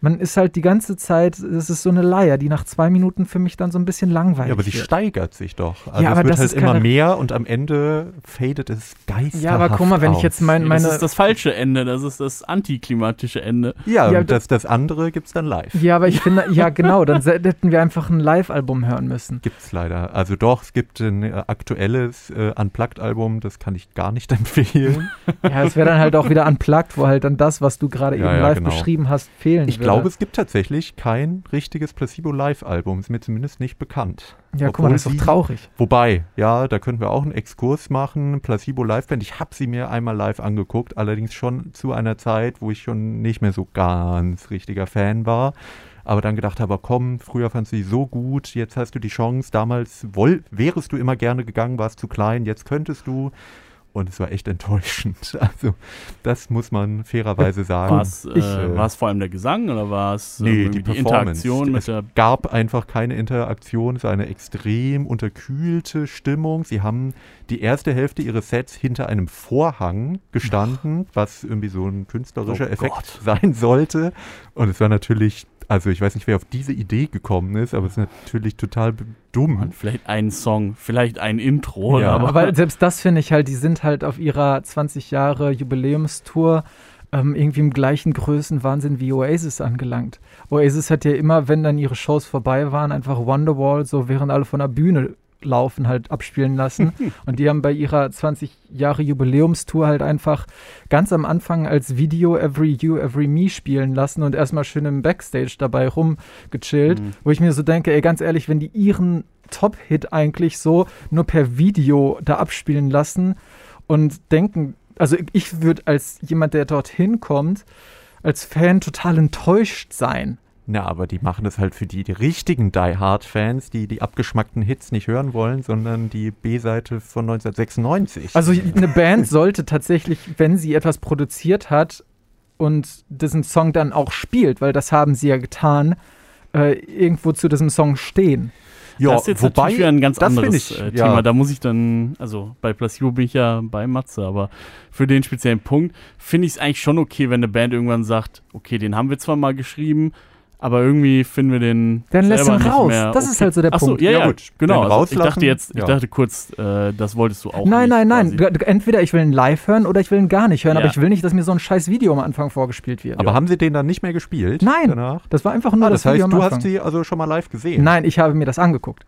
S4: man ist halt die ganze Zeit, es ist so eine Leier, die nach zwei Minuten für mich dann so ein bisschen langweilig
S3: Ja, aber sie
S4: wird.
S3: steigert sich doch. Also
S4: Ja,
S3: es
S4: aber
S3: wird
S4: das
S3: halt
S4: ist
S3: immer
S4: keine-
S3: mehr und am Ende fadet es geisterhaft
S4: Ja, aber guck mal, wenn ich jetzt
S3: aus.
S4: mein,
S2: Ja,
S4: meine...
S2: das ist das falsche Ende, das ist das antiklimatische Ende.
S3: Ja,
S4: Ja,
S3: und das, das andere gibt's dann live.
S4: ja, aber ich finde, ja genau, dann se- hätten wir einfach ein Live-Album hören müssen.
S3: Gibt's leider. Also doch, es gibt ein äh, aktuelles äh, Unplugged-Album, das kann ich gar nicht empfehlen.
S4: Ja, es wäre dann halt auch wieder unplugged, wo halt dann das, was du gerade
S3: Ja,
S4: eben
S3: ja,
S4: live
S3: genau.
S4: beschrieben hast, fehlen
S3: Ich
S4: würde.
S3: glaube, es gibt tatsächlich kein richtiges Placebo-Live-Album. Ist mir zumindest nicht bekannt.
S4: Ja, guck mal,
S3: Obwohl
S4: das ist doch
S3: sie-
S4: traurig.
S3: Wobei, ja, da könnten wir auch einen Exkurs machen. Placebo Live-Band, ich habe sie mir einmal live angeguckt, allerdings schon zu einer Zeit, wo ich schon nicht mehr so ganz richtiger Fan war. Aber dann gedacht habe, komm, früher fandst du sie so gut, jetzt hast du die Chance. Damals woll, wärest du immer gerne gegangen, warst zu klein, jetzt könntest du. Und es war echt enttäuschend. Also, das muss man fairerweise sagen.
S2: War es
S3: Ich,
S2: äh,
S3: äh,
S2: war's vor allem der Gesang oder war es äh,
S3: Nee,
S2: irgendwie
S3: die
S2: die
S3: Performance.
S2: Interaktion mit
S3: Es
S2: der.
S3: gab einfach keine Interaktion, es war eine extrem unterkühlte Stimmung. Sie haben die erste Hälfte ihres Sets hinter einem Vorhang gestanden, was irgendwie so ein künstlerischer
S2: Oh
S3: Effekt
S2: Gott.
S3: sein sollte. Und es war natürlich, also ich weiß nicht, wer auf diese Idee gekommen ist, aber es ist natürlich total b- dumm.
S2: Und vielleicht ein Song, vielleicht ein Intro,
S3: Ja.
S2: aber,
S4: Aber selbst das finde ich halt, die sind halt auf ihrer zwanzig Jahre Jubiläumstour ähm, irgendwie im gleichen Größenwahnsinn wie Oasis angelangt. Oasis hat ja immer, wenn dann ihre Shows vorbei waren, einfach Wonderwall, so während alle von der Bühne laufen, halt abspielen lassen. Und die haben bei ihrer zwanzig Jahre Jubiläumstour halt einfach ganz am Anfang als Video Every You, Every Me spielen lassen und erstmal schön im Backstage dabei rumgechillt,
S2: Mhm.
S4: wo ich mir so denke, ey, ganz ehrlich, wenn die ihren Top-Hit eigentlich so nur per Video da abspielen lassen und denken, also ich würde als jemand, der dorthin kommt, als Fan total enttäuscht sein.
S3: Na, aber die machen das halt für die, die richtigen Die Hard-Fans, die die abgeschmackten Hits nicht hören wollen, sondern die B-Seite von neunzehnhundertsechsundneunzig.
S4: Also eine Band sollte tatsächlich, wenn sie etwas produziert hat und diesen Song dann auch spielt, weil das haben sie ja getan, äh, irgendwo zu diesem Song stehen.
S3: ja,
S2: das ist jetzt
S3: wobei,
S2: natürlich wieder ein ganz
S3: das find
S2: anderes
S3: ich,
S2: äh,
S3: ja.
S2: Thema. Da muss ich dann, also bei Placebo bin ich ja bei Matze, aber für den speziellen Punkt finde ich es eigentlich schon okay, wenn eine Band irgendwann sagt, okay, den haben wir zwar mal geschrieben, aber irgendwie finden wir den
S4: Dann lässt
S2: selber
S4: ihn
S2: nicht
S4: raus.
S2: mehr
S4: Das
S2: okay.
S4: ist halt so der
S2: Ach so,
S4: Punkt.
S2: ja,
S3: Ja,
S2: ja,
S3: gut.
S2: genau.
S3: Den
S2: Also ich dachte
S3: rauslassen,
S2: jetzt, ich
S3: ja.
S2: dachte kurz, äh, das wolltest du auch
S4: Nein,
S2: nicht
S4: nein, nein.
S2: quasi.
S4: G- Entweder ich will ihn live hören oder ich will ihn gar nicht hören,
S2: Ja.
S4: aber ich will nicht, dass mir so ein scheiß Video am Anfang vorgespielt wird.
S3: Aber haben sie den dann nicht mehr gespielt?
S4: Nein.
S3: Danach?
S4: Das war einfach nur
S3: Ah,
S4: das,
S3: das heißt,
S4: Video am
S3: du
S4: Anfang.
S3: hast die also schon mal live gesehen?
S4: Nein, ich habe mir das angeguckt.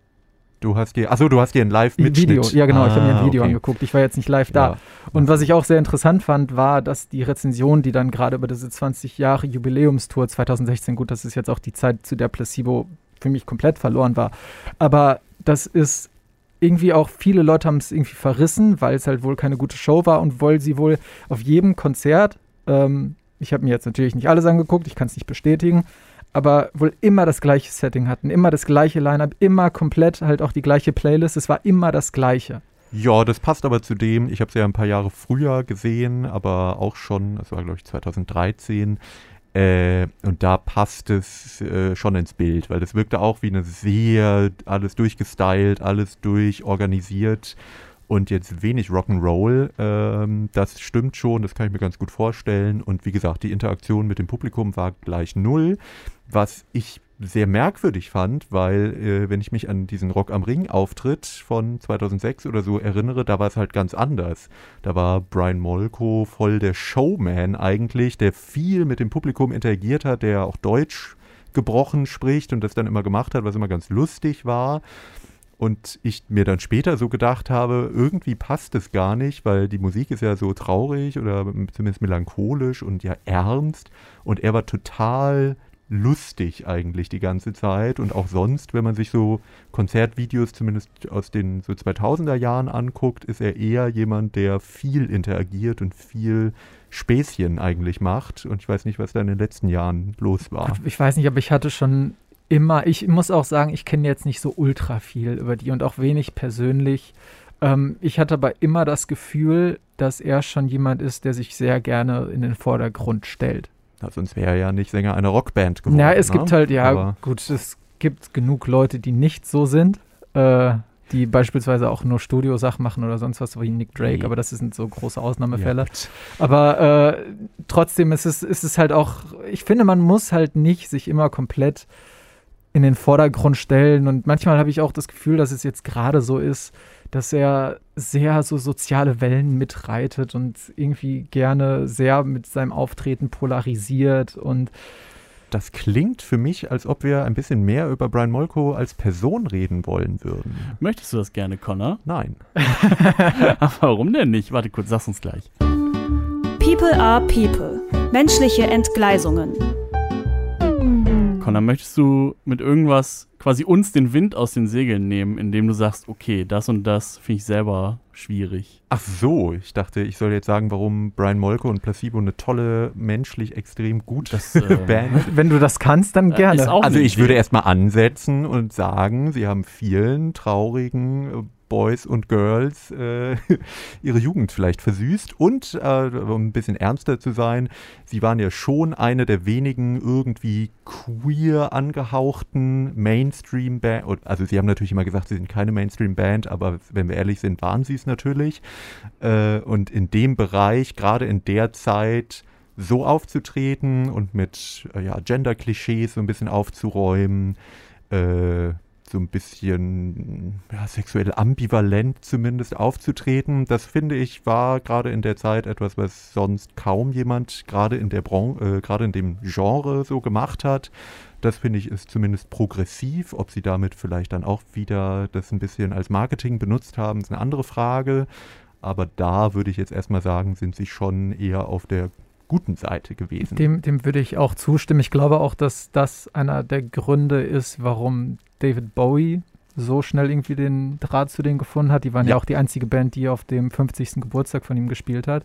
S3: Du hast dir, achso, du hast dir ein
S4: Video,
S3: Live-Mitschnitt.
S4: ja genau, ich habe mir ein
S3: Ah,
S4: Video
S3: okay.
S4: angeguckt. Ich war jetzt nicht live da.
S3: Ja.
S4: Und was ich auch sehr interessant fand, war, dass die Rezension, die dann gerade über diese zwanzig Jahre Jubiläumstour zweitausendsechzehn, gut, das ist jetzt auch die Zeit, zu der Placebo für mich komplett verloren war, aber das ist irgendwie auch, viele Leute haben es irgendwie verrissen, weil es halt wohl keine gute Show war und weil sie wohl auf jedem Konzert, ähm, ich habe mir jetzt natürlich nicht alles angeguckt, ich kann es nicht bestätigen, aber wohl immer das gleiche Setting hatten, immer das gleiche Line-Up, immer komplett halt auch die gleiche Playlist, es war immer das Gleiche.
S3: Ja, das passt aber zu dem, ich habe sie ja ein paar Jahre früher gesehen, aber auch schon, das war glaube ich zweitausenddreizehn, äh, und da passt es äh, schon ins Bild, weil das wirkte auch wie eine sehr, alles durchgestylt, alles durchorganisiert und jetzt wenig Rock'n'Roll, ähm, das stimmt schon, das kann ich mir ganz gut vorstellen und wie gesagt, die Interaktion mit dem Publikum war gleich null, was ich sehr merkwürdig fand, weil, äh, wenn ich mich an diesen Rock am Ring Auftritt von zweitausendsechs oder so erinnere, da war es halt ganz anders. Da war Brian Molko voll der Showman eigentlich, der viel mit dem Publikum interagiert hat, der auch Deutsch gebrochen spricht und das dann immer gemacht hat, was immer ganz lustig war. Und ich mir dann später so gedacht habe, irgendwie passt es gar nicht, weil die Musik ist ja so traurig oder zumindest melancholisch und ja ernst. Und er war total lustig eigentlich die ganze Zeit und auch sonst, wenn man sich so Konzertvideos zumindest aus den so zweitausender Jahren anguckt, ist er eher jemand, der viel interagiert und viel Späßchen eigentlich macht und ich weiß nicht, was da in den letzten Jahren los war.
S4: Ich weiß nicht, aber ich hatte schon immer, ich muss auch sagen, ich kenne jetzt nicht so ultra viel über die und auch wenig persönlich. Ähm, ich hatte aber immer das Gefühl, dass er schon jemand ist, der sich sehr gerne in den Vordergrund stellt.
S3: Ja, sonst wäre er ja nicht Sänger einer Rockband geworden.
S4: Ja, es
S3: ne?
S4: gibt halt, ja
S3: Aber
S4: gut, es gibt genug Leute, die nicht so sind. Äh, die beispielsweise auch nur Studiosachen machen oder sonst was, wie Nick Drake,
S2: Nee.
S4: aber das sind so große Ausnahmefälle.
S3: Ja.
S4: Aber äh, trotzdem ist es, ist es halt auch, ich finde, man muss halt nicht sich immer komplett in den Vordergrund stellen. Und manchmal habe ich auch das Gefühl, dass es jetzt gerade so ist, dass er sehr so soziale Wellen mitreitet und irgendwie gerne sehr mit seinem Auftreten polarisiert. Und
S3: Das klingt für mich, als ob wir ein bisschen mehr über Brian Molko als Person reden wollen würden.
S2: Möchtest du das gerne, Connor?
S3: Nein.
S2: Aber warum denn nicht? Warte kurz, sag's uns gleich.
S1: People are People. Menschliche Entgleisungen.
S2: Connor, möchtest du mit irgendwas quasi uns den Wind aus den Segeln nehmen, indem du sagst, okay, das und das finde ich selber schwierig?
S3: Ach so, ich dachte, ich soll jetzt sagen, warum Brian Molko und Placebo eine tolle, menschlich extrem gute
S2: Das, ähm,
S3: Band.
S4: wenn du das kannst, dann gerne.
S2: Ist auch
S3: Also
S2: eine
S3: ich
S2: Idee.
S3: würde erstmal ansetzen und sagen, sie haben vielen traurigen äh, Boys und Girls äh, ihre Jugend vielleicht versüßt. Und, äh, um ein bisschen ernster zu sein, sie waren ja schon eine der wenigen irgendwie queer angehauchten Mainstream-Band. Also sie haben natürlich immer gesagt, sie sind keine Mainstream-Band, aber wenn wir ehrlich sind, waren sie es natürlich. Äh, und in dem Bereich, gerade in der Zeit, so aufzutreten und mit äh, ja, Gender-Klischees so ein bisschen aufzuräumen, äh, so ein bisschen ja, sexuell ambivalent zumindest aufzutreten, das finde ich war gerade in der Zeit etwas, was sonst kaum jemand gerade in der Bran- äh, gerade in dem Genre so gemacht hat. Das finde ich ist zumindest progressiv. Ob sie damit vielleicht dann auch wieder das ein bisschen als Marketing benutzt haben, ist eine andere Frage. Aber da würde ich jetzt erstmal sagen, sind sie schon eher auf der guten Seite gewesen.
S4: Dem, dem würde ich auch zustimmen. Ich glaube auch, dass das einer der Gründe ist, warum David Bowie so schnell irgendwie den Draht zu denen gefunden hat. Die waren ja,
S3: Ja.
S4: auch die einzige Band, die auf dem fünfzigsten Geburtstag von ihm gespielt hat.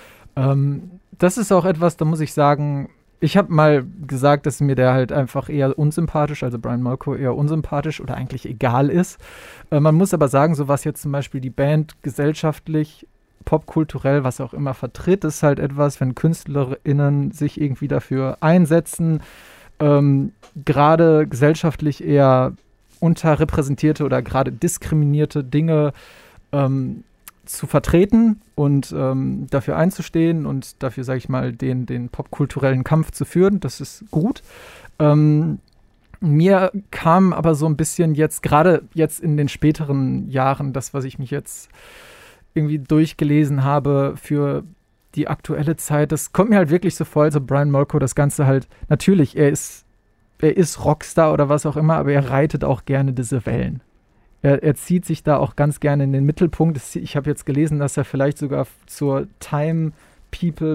S4: Ähm, das ist auch etwas, da muss ich sagen, ich habe mal gesagt, dass mir der halt einfach eher unsympathisch, also Brian Molko eher unsympathisch oder eigentlich egal ist. Äh, man muss aber sagen, so was jetzt zum Beispiel die Band gesellschaftlich, popkulturell, was auch immer vertritt, ist halt etwas, wenn KünstlerInnen sich irgendwie dafür einsetzen, ähm, gerade gesellschaftlich eher unterrepräsentierte oder gerade diskriminierte Dinge ähm, zu vertreten und ähm, dafür einzustehen und dafür, sage ich mal, den, den popkulturellen Kampf zu führen. Das ist gut. Ähm, mir kam aber so ein bisschen jetzt, gerade jetzt in den späteren Jahren, das, was ich mich jetzt irgendwie durchgelesen habe für die aktuelle Zeit, das kommt mir halt wirklich so vor, also Brian Molko, das Ganze halt, natürlich, er ist, er ist Rockstar oder was auch immer, aber er reitet auch gerne diese Wellen. Er, er zieht sich da auch ganz gerne in den Mittelpunkt. Das, ich habe jetzt gelesen, dass er vielleicht sogar zur Time People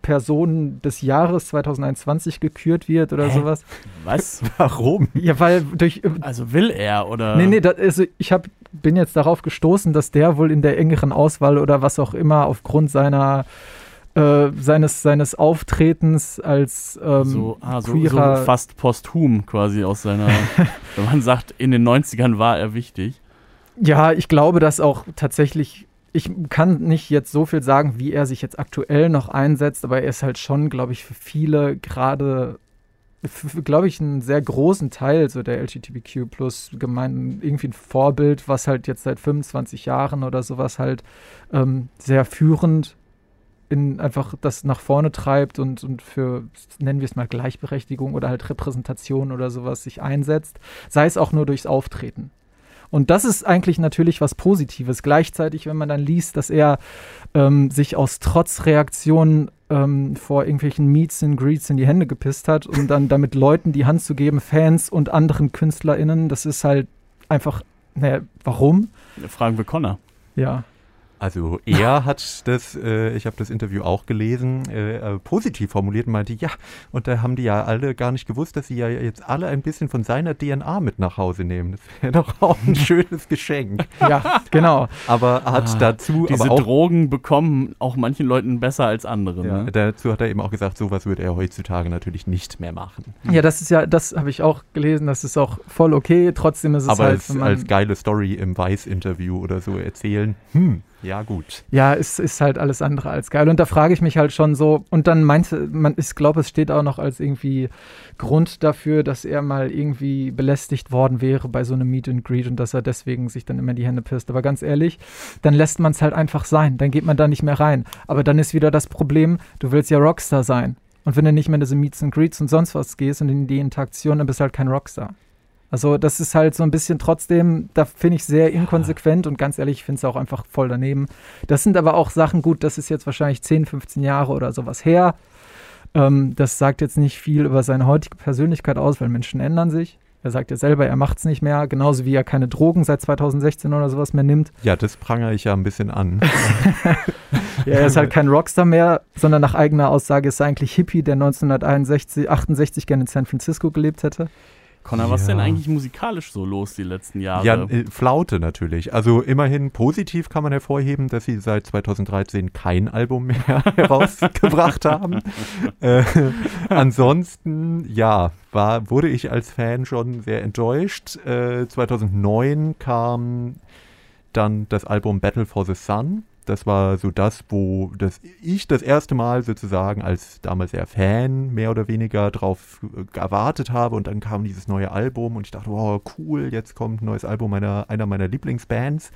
S4: Person des Jahres zwanzig einundzwanzig gekürt wird oder
S2: Hä?
S4: sowas.
S2: Was?
S3: Warum?
S4: Ja, weil durch...
S2: Also will er, oder?
S4: Nee, nee, das, also ich hab, bin jetzt darauf gestoßen, dass der wohl in der engeren Auswahl oder was auch immer aufgrund seiner äh, seines, seines Auftretens als ähm,
S2: so, ah, so,
S4: queerer...
S2: so fast posthum quasi aus seiner, wenn man sagt, in den neunzigern war er wichtig.
S4: Ja, ich glaube, dass auch tatsächlich, ich kann nicht jetzt so viel sagen, wie er sich jetzt aktuell noch einsetzt, aber er ist halt schon, glaube ich, für viele gerade, glaube ich, einen sehr großen Teil so der L G B T Q plus Gemeinden irgendwie ein Vorbild, was halt jetzt seit fünfundzwanzig Jahren oder sowas halt ähm, sehr führend in einfach das nach vorne treibt und, und für, nennen wir es mal, Gleichberechtigung oder halt Repräsentation oder sowas sich einsetzt, sei es auch nur durchs Auftreten. Und das ist eigentlich natürlich was Positives. Gleichzeitig, wenn man dann liest, dass er ähm, sich aus Trotzreaktionen ähm, vor irgendwelchen Meets and Greets in die Hände gepisst hat, um dann damit Leuten die Hand zu geben, Fans und anderen KünstlerInnen, das ist halt einfach, naja, warum?
S2: Fragen wir Connor.
S4: Ja.
S3: Also er hat das, äh, ich habe das Interview auch gelesen, äh, äh, positiv formuliert und meinte, ja, und da haben die ja alle gar nicht gewusst, dass sie ja jetzt alle ein bisschen von seiner D N A mit nach Hause nehmen. Das wäre doch auch ein schönes Geschenk.
S4: Ja, genau.
S3: Aber hat
S2: Ah,
S3: dazu
S2: Diese
S3: aber auch,
S2: Drogen bekommen auch manchen Leuten besser als anderen.
S3: ja,
S2: Ne?
S3: dazu hat er eben auch gesagt, sowas würde er heutzutage natürlich nicht mehr machen.
S4: Ja, das ist ja, das habe ich auch gelesen, das ist auch voll okay. Trotzdem ist es
S3: Aber
S4: halt,
S3: als,
S4: wenn man,
S3: als geile Story im Weiß-Interview oder so erzählen, hm, Ja, gut.
S4: Ja, ist, ist halt alles andere als geil. Und da frage ich mich halt schon so, und dann meinte man, ich glaube, es steht auch noch als irgendwie Grund dafür, dass er mal irgendwie belästigt worden wäre bei so einem Meet and Greet und dass er deswegen sich dann immer die Hände pisst. Aber ganz ehrlich, dann lässt man es halt einfach sein. Dann geht man da nicht mehr rein. Aber dann ist wieder das Problem, du willst ja Rockstar sein. Und wenn du nicht mehr in diese Meets and Greets und sonst was gehst und in die Interaktion, dann bist du halt kein Rockstar. Also das ist halt so ein bisschen trotzdem, da finde ich sehr inkonsequent und ganz ehrlich, ich finde es auch einfach voll daneben. Das sind aber auch Sachen, gut, das ist jetzt wahrscheinlich zehn, fünfzehn Jahre oder sowas her. Ähm, das sagt jetzt nicht viel über seine heutige Persönlichkeit aus, weil Menschen ändern sich. Er sagt ja selber, er macht es nicht mehr, genauso wie er keine Drogen seit zweitausendsechzehn oder sowas mehr nimmt.
S3: Ja, das prangere ich ja ein bisschen an.
S4: Ja, er ist halt kein Rockstar mehr, sondern nach eigener Aussage ist er eigentlich Hippie, der neunzehnhundertachtundsechzig gerne in San Francisco gelebt hätte.
S2: Connor,
S3: ja.
S2: was ist denn eigentlich musikalisch so los die letzten Jahre?
S3: Ja, äh, Flaute natürlich. Also immerhin positiv kann man hervorheben, dass sie seit zweitausenddreizehn kein Album mehr herausgebracht haben. Äh, ansonsten, ja, war, wurde ich als Fan schon sehr enttäuscht. Äh, zweitausendneun kam dann das Album Battle for the Sun. Das war so das, wo das ich das erste Mal sozusagen als damals eher Fan mehr oder weniger drauf erwartet habe und dann kam dieses neue Album und ich dachte, wow, cool, jetzt kommt ein neues Album meiner, einer meiner Lieblingsbands.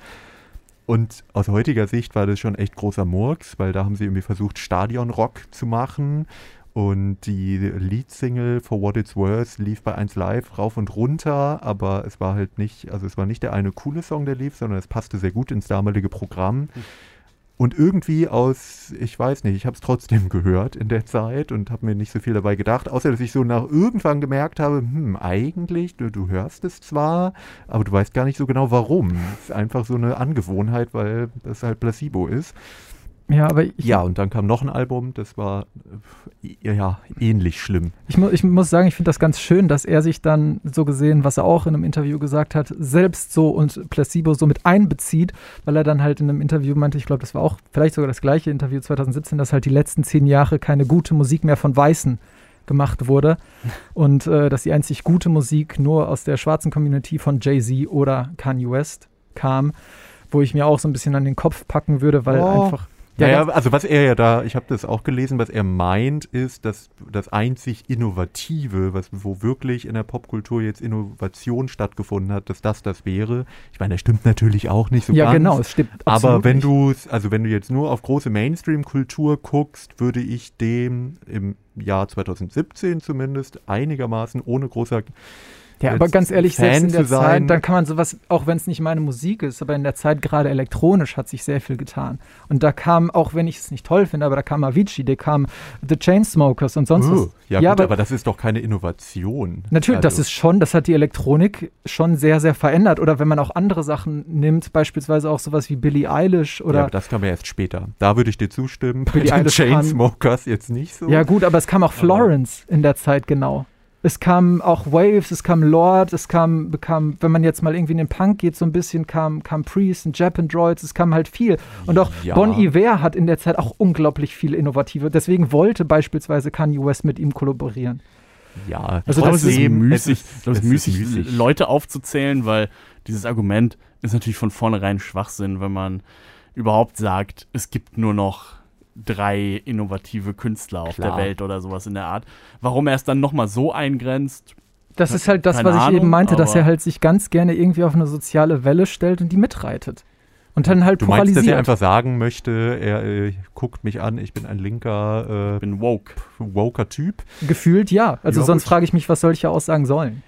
S3: Und aus heutiger Sicht war das schon echt großer Murks, weil da haben sie irgendwie versucht, Stadionrock zu machen und die Leadsingle For What It's Worth lief bei eins Live rauf und runter, aber es war halt nicht, also es war nicht der eine coole Song, der lief, sondern es passte sehr gut ins damalige Programm. Mhm. Und irgendwie aus, ich weiß nicht, ich habe es trotzdem gehört in der Zeit und habe mir nicht so viel dabei gedacht, außer dass ich so nach irgendwann gemerkt habe, hm, eigentlich, du, du hörst es zwar, aber du weißt gar nicht so genau warum. Es ist einfach so eine Angewohnheit, weil das halt Placebo ist.
S4: Ja, aber ich,
S3: ja, und dann kam noch ein Album, das war äh, ja ähnlich schlimm.
S4: Ich, mu- ich muss sagen, ich finde das ganz schön, dass er sich dann so gesehen, was er auch in einem Interview gesagt hat, selbst so und Placebo so mit einbezieht, weil er dann halt in einem Interview meinte, ich glaube, das war auch vielleicht sogar das gleiche Interview zweitausendsiebzehn, dass halt die letzten zehn Jahre keine gute Musik mehr von Weißen gemacht wurde und äh, dass die einzig gute Musik nur aus der schwarzen Community von Jay-Z oder Kanye West kam, wo ich mir auch so ein bisschen an den Kopf packen würde, weil
S3: oh.
S4: einfach
S3: Ja, ja, also was er ja da, ich habe das auch gelesen, was er meint, ist, dass das einzig Innovative, was wo wirklich in der Popkultur jetzt Innovation stattgefunden hat, dass das das wäre. Ich meine, das stimmt natürlich auch nicht so
S4: ja,
S3: ganz.
S4: Ja, genau, es stimmt absolut
S3: Aber wenn
S4: nicht.
S3: du, also wenn du jetzt nur auf große Mainstream-Kultur guckst, würde ich dem im Jahr zweitausendsiebzehn zumindest einigermaßen ohne großer
S4: Ja, aber ganz ehrlich,
S3: Fan
S4: selbst in der
S3: zu sein.
S4: Zeit, dann kann man sowas, auch wenn es nicht meine Musik ist, aber in der Zeit gerade elektronisch hat sich sehr viel getan. Und da kam, auch wenn ich es nicht toll finde, aber da kam Avicii, da kam The Chainsmokers und sonst
S3: oh,
S4: was.
S3: Ja,
S4: ja
S3: gut,
S4: aber,
S3: aber das ist doch keine Innovation.
S4: Natürlich,
S3: also.
S4: das ist schon, das hat die Elektronik schon sehr, sehr verändert. Oder wenn man auch andere Sachen nimmt, beispielsweise auch sowas wie Billie Eilish oder.
S3: Ja, aber das kam ja erst später. Da würde ich dir zustimmen. Bei
S4: Billie
S3: den
S4: Eilish
S3: Chainsmokers jetzt nicht so.
S4: Ja gut, aber es kam auch Florence in der Zeit, genau. Es kam auch Waves, es kam Lord, es kam, bekam, wenn man jetzt mal irgendwie in den Punk geht, so ein bisschen, kam, kam Priest und Jap and Droids, es kam halt viel. Und auch
S3: ja.
S4: Bon Iver hat in der Zeit auch unglaublich viel Innovative. Deswegen wollte beispielsweise Kanye West mit ihm kollaborieren.
S3: Ja,
S2: also das ist müßig,
S3: es ist,
S2: das
S3: es
S2: ist müßig,
S3: ist müßig,
S2: Leute aufzuzählen, weil dieses Argument ist natürlich von vornherein Schwachsinn, wenn man überhaupt sagt, es gibt nur noch drei innovative Künstler auf
S3: Klar.
S2: der Welt oder sowas in der Art. Warum er es dann nochmal so eingrenzt?
S4: Das ist halt das,
S2: Keine
S4: was ich
S2: Ahnung,
S4: eben meinte, dass
S2: aber-
S4: er halt sich ganz gerne irgendwie auf eine soziale Welle stellt und die mitreitet. Und dann halt
S3: Du meinst, dass
S4: polarisiert.
S3: er einfach sagen möchte, er äh, guckt mich an, ich bin ein linker,
S2: Ich
S3: äh,
S2: bin woke.
S3: woker Typ.
S4: Gefühlt ja. Also
S3: Ja,
S4: sonst
S3: gut.
S4: frage ich mich, was solche Aussagen sollen.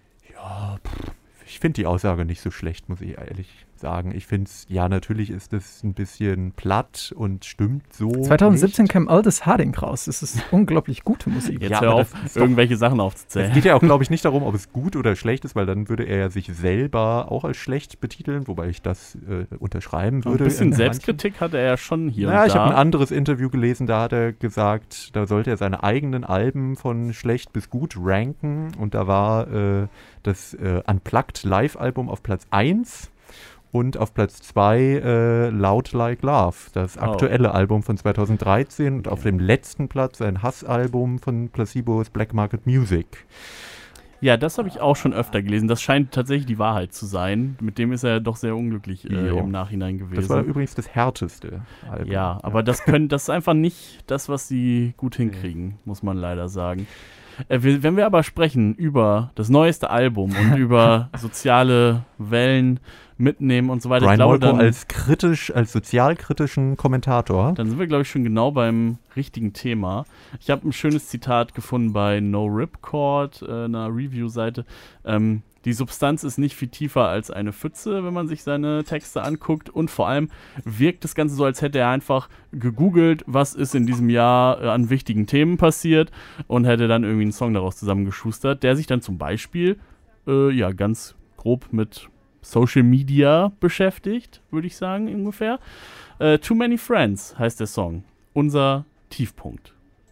S3: Ja, pff, ich finde die Aussage nicht so schlecht, muss ich ehrlich sagen. Ich finde es, ja, natürlich ist das ein bisschen platt und stimmt so
S4: zweitausendsiebzehn
S3: nicht.
S4: kam Aldous Harding raus. Das ist unglaublich gute Musik.
S2: Jetzt
S3: Ja,
S2: hör
S3: aber
S2: auf,
S3: das ist doch-
S2: irgendwelche Sachen
S3: Es
S2: aufzuzählen.
S3: geht ja auch, glaube ich, nicht darum, ob es gut oder schlecht ist, weil dann würde er ja sich selber auch als schlecht betiteln, wobei ich das äh, unterschreiben
S2: Ein
S3: würde.
S2: bisschen
S3: in
S2: Selbstkritik hatte er ja schon hier
S3: Ja,
S2: und
S3: ich habe ein
S2: da.
S3: anderes Interview gelesen, da hat er gesagt, da sollte er seine eigenen Alben von schlecht bis gut ranken und da war äh, das äh, Unplugged Live-Album auf Platz eins und auf Platz zwei äh, Loud Like Love, das
S2: Oh.
S3: aktuelle Album von zweitausenddreizehn und auf dem letzten Platz ein Hassalbum von Placebo's Black Market Music.
S2: Ja, das habe ich auch schon öfter gelesen. Das scheint tatsächlich die Wahrheit zu sein. Mit dem ist er doch sehr unglücklich äh,
S3: Jo.
S2: im Nachhinein gewesen.
S3: Das war übrigens das härteste Album.
S2: Ja, aber das können, das ist einfach nicht das, was sie gut hinkriegen, muss man leider sagen. Äh, wir, wenn wir aber sprechen über das neueste Album und über soziale Wellen mitnehmen und so weiter,
S3: Brian
S2: ich glaube,
S3: Molko
S2: dann,
S3: als kritisch, als sozialkritischen Kommentator.
S2: dann sind wir, glaube ich, schon genau beim richtigen Thema. Ich habe ein schönes Zitat gefunden bei No Ripcord, äh, einer Review-Seite. Ähm, Die Substanz ist nicht viel tiefer als eine Pfütze, wenn man sich seine Texte anguckt. Und vor allem wirkt das Ganze so, als hätte er einfach gegoogelt, was ist in diesem Jahr äh, an wichtigen Themen passiert und hätte dann irgendwie einen Song daraus zusammengeschustert, der sich dann zum Beispiel äh, ja ganz grob mit Social Media beschäftigt, würde ich sagen, ungefähr. Äh, Too Many Friends heißt der Song. Unser Tiefpunkt.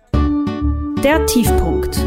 S1: Der Tiefpunkt.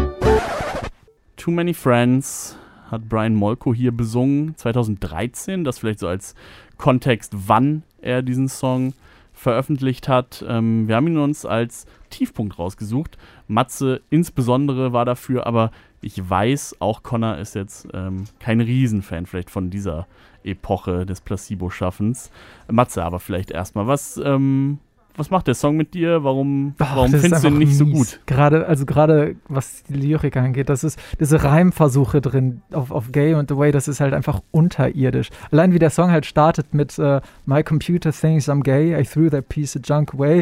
S2: Too Many Friends hat Brian Molko hier besungen, zwanzig dreizehn, das vielleicht so als Kontext, wann er diesen Song veröffentlicht hat. Ähm, wir haben ihn uns als Tiefpunkt rausgesucht. Matze insbesondere war dafür, aber ich weiß, auch Connor ist jetzt ähm, kein Riesenfan vielleicht von dieser Epoche des Placebo-Schaffens. Matze aber vielleicht erstmal, was, ähm, was macht der Song mit dir? Warum,
S4: Ach,
S2: warum
S4: das ist
S2: findest du ihn
S4: einfach
S2: nicht so
S4: mies.
S2: gut?
S4: Gerade, also gerade was die Lyrik angeht, das ist diese Reimversuche drin auf, auf Gay und The Way, das ist halt einfach unterirdisch. Allein wie der Song halt startet mit uh, My computer thinks I'm gay, I threw that piece of junk away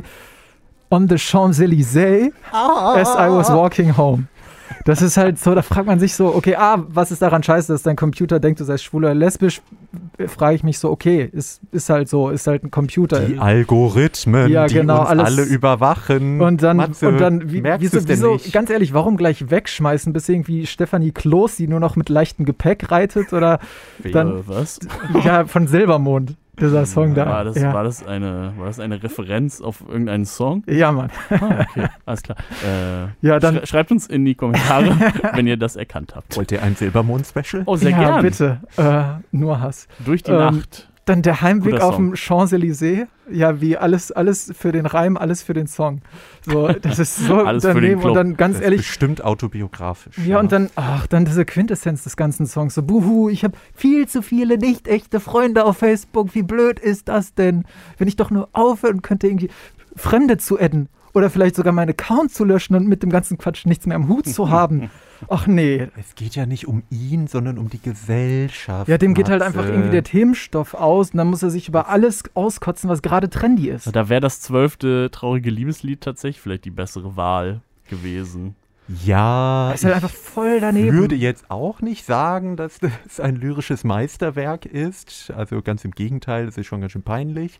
S4: on the Champs-Élysées as I was walking home. Das ist halt so, da fragt man sich so, okay, ah, was ist daran scheiße, dass dein Computer denkt, du seist schwul oder lesbisch? Frage ich mich so, okay, ist, ist halt so, ist halt ein Computer.
S3: Die Algorithmen,
S4: Ja,
S3: die
S4: genau,
S3: uns
S4: alles-
S3: alle überwachen.
S4: Und dann,
S3: Matze,
S4: und dann wie,
S3: merkst
S4: wieso,
S3: du's denn
S4: wieso
S3: nicht?
S4: ganz ehrlich, warum gleich wegschmeißen, bis irgendwie Stefanie Kloß, die nur noch mit leichtem Gepäck reitet? Oder dann,
S2: äh, was?
S4: ja, von Silbermond, dieser Song da.
S2: War das,
S4: ja.
S2: war, das eine, war das eine Referenz auf irgendeinen Song?
S4: ja, Mann.
S2: Ah, okay, alles klar. Äh,
S4: Ja, dann-
S2: schrei- schreibt uns in die Kommentare, wenn ihr das erkannt habt.
S3: Wollt ihr ein Silbermond-Special?
S2: Oh, sehr
S4: ja,
S2: gern.
S4: bitte. Äh, nur Hass.
S2: Durch die
S4: Ähm,
S2: Nacht.
S4: Dann der Heimweg
S2: Guter
S4: auf
S2: Song.
S4: dem Champs-Élysées. Ja, wie alles, alles für den Reim, alles für den Song. So, das ist so
S2: Alles für den
S4: daneben.
S2: Club.
S4: Und dann ganz
S3: Das ist
S4: ehrlich,
S3: bestimmt autobiografisch.
S4: ja, und dann, ach, dann diese Quintessenz des ganzen Songs. So, buhu, ich habe viel zu viele nicht echte Freunde auf Facebook. Wie blöd ist das denn? Wenn ich doch nur aufhören könnte, irgendwie Fremde zu adden. Oder vielleicht sogar meinen Account zu löschen und mit dem ganzen Quatsch nichts mehr am Hut zu haben. Ach nee.
S3: Es geht ja nicht um ihn, sondern um die Gesellschaft.
S4: Ja, dem geht halt
S3: Matze.
S4: einfach irgendwie der Themenstoff aus und dann muss er sich über alles auskotzen, was gerade trendy ist.
S2: Da wäre das zwölfte traurige Liebeslied tatsächlich vielleicht die bessere Wahl gewesen.
S3: Ja,
S4: Das ist halt einfach voll daneben.
S3: ich würde jetzt auch nicht sagen, dass das ein lyrisches Meisterwerk ist. Also ganz im Gegenteil, das ist schon ganz schön peinlich.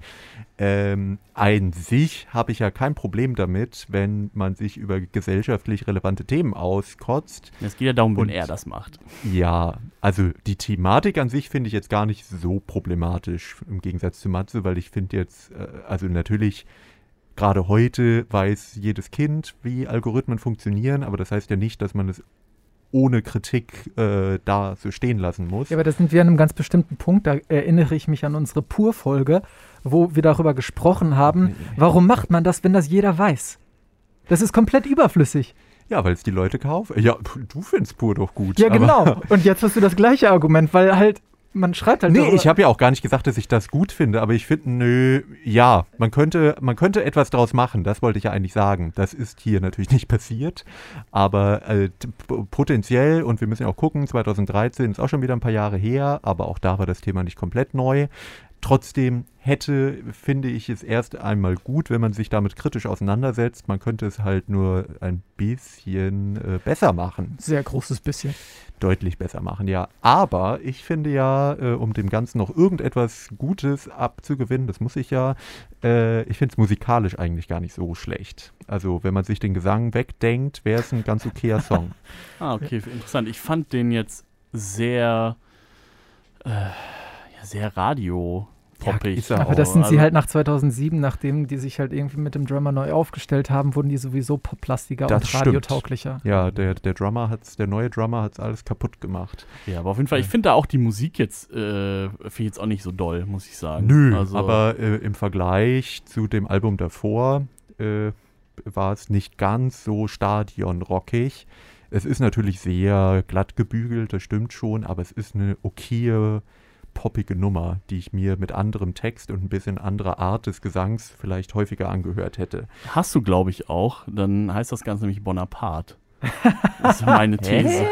S3: Ähm, an sich habe ich ja kein Problem damit, wenn man sich über gesellschaftlich relevante Themen auskotzt.
S2: Es geht ja darum, wenn
S3: Und-
S2: er das macht.
S3: Ja, also die Thematik an sich finde ich jetzt gar nicht so problematisch im Gegensatz zu Matze, weil ich finde jetzt, äh, also natürlich, gerade heute weiß jedes Kind, wie Algorithmen funktionieren, aber das heißt ja nicht, dass man es ohne Kritik äh, da so stehen lassen muss.
S4: Ja, aber da sind wir an einem ganz bestimmten Punkt, da erinnere ich mich an unsere Pur-Folge, wo wir darüber gesprochen haben, warum macht man das, wenn das jeder weiß? Das ist komplett überflüssig.
S3: Ja, weil es die Leute kaufen. Ja, du findest pur doch gut.
S4: Ja,
S3: aber-
S4: genau. Und jetzt hast du das gleiche Argument, weil halt, man schreibt halt
S3: Nee,
S4: darüber-
S3: ich habe ja auch gar nicht gesagt, dass ich das gut finde, aber ich finde, nö, ja, man könnte, man könnte etwas draus machen, das wollte ich ja eigentlich sagen. Das ist hier natürlich nicht passiert, aber äh, t- p- potenziell, und wir müssen ja auch gucken, zwanzig dreizehn ist auch schon wieder ein paar Jahre her, aber auch da war das Thema nicht komplett neu. Trotzdem hätte, finde ich, es erst einmal gut, wenn man sich damit kritisch auseinandersetzt. Man könnte es halt nur ein bisschen äh, besser machen.
S4: Sehr großes bisschen.
S3: Deutlich besser machen, ja. Aber ich finde ja, äh, um dem Ganzen noch irgendetwas Gutes abzugewinnen, das muss ich ja, äh, ich finde es musikalisch eigentlich gar nicht so schlecht. Also wenn man sich den Gesang wegdenkt, wäre es ein ganz okayer Song.
S2: Ah, okay, interessant. Ich fand den jetzt sehr, äh, ja, sehr radio poppig.
S3: ist er
S4: Aber
S3: auch.
S4: das sind sie
S2: Also-
S4: halt nach zweitausendsieben, nachdem die sich halt irgendwie mit dem Drummer neu aufgestellt haben, wurden die sowieso poplastiger
S3: Das
S4: und
S3: stimmt.
S4: radiotauglicher.
S3: Ja, der, der Drummer hat's, der neue Drummer hat's alles kaputt gemacht.
S2: Ja, aber auf jeden Fall, ich finde da auch die Musik jetzt, äh, finde ich jetzt auch nicht so doll, muss ich sagen.
S3: Nö,
S2: also,
S3: aber äh, im Vergleich zu dem Album davor äh, war es nicht ganz so stadionrockig. es ist natürlich sehr glatt gebügelt, das stimmt schon, aber es ist eine okaye, poppige Nummer, die ich mir mit anderem Text und ein bisschen anderer Art des Gesangs vielleicht häufiger angehört hätte.
S2: Hast du, glaube ich, auch. Dann heißt das Ganze nämlich Bonaparte. Das ist meine These.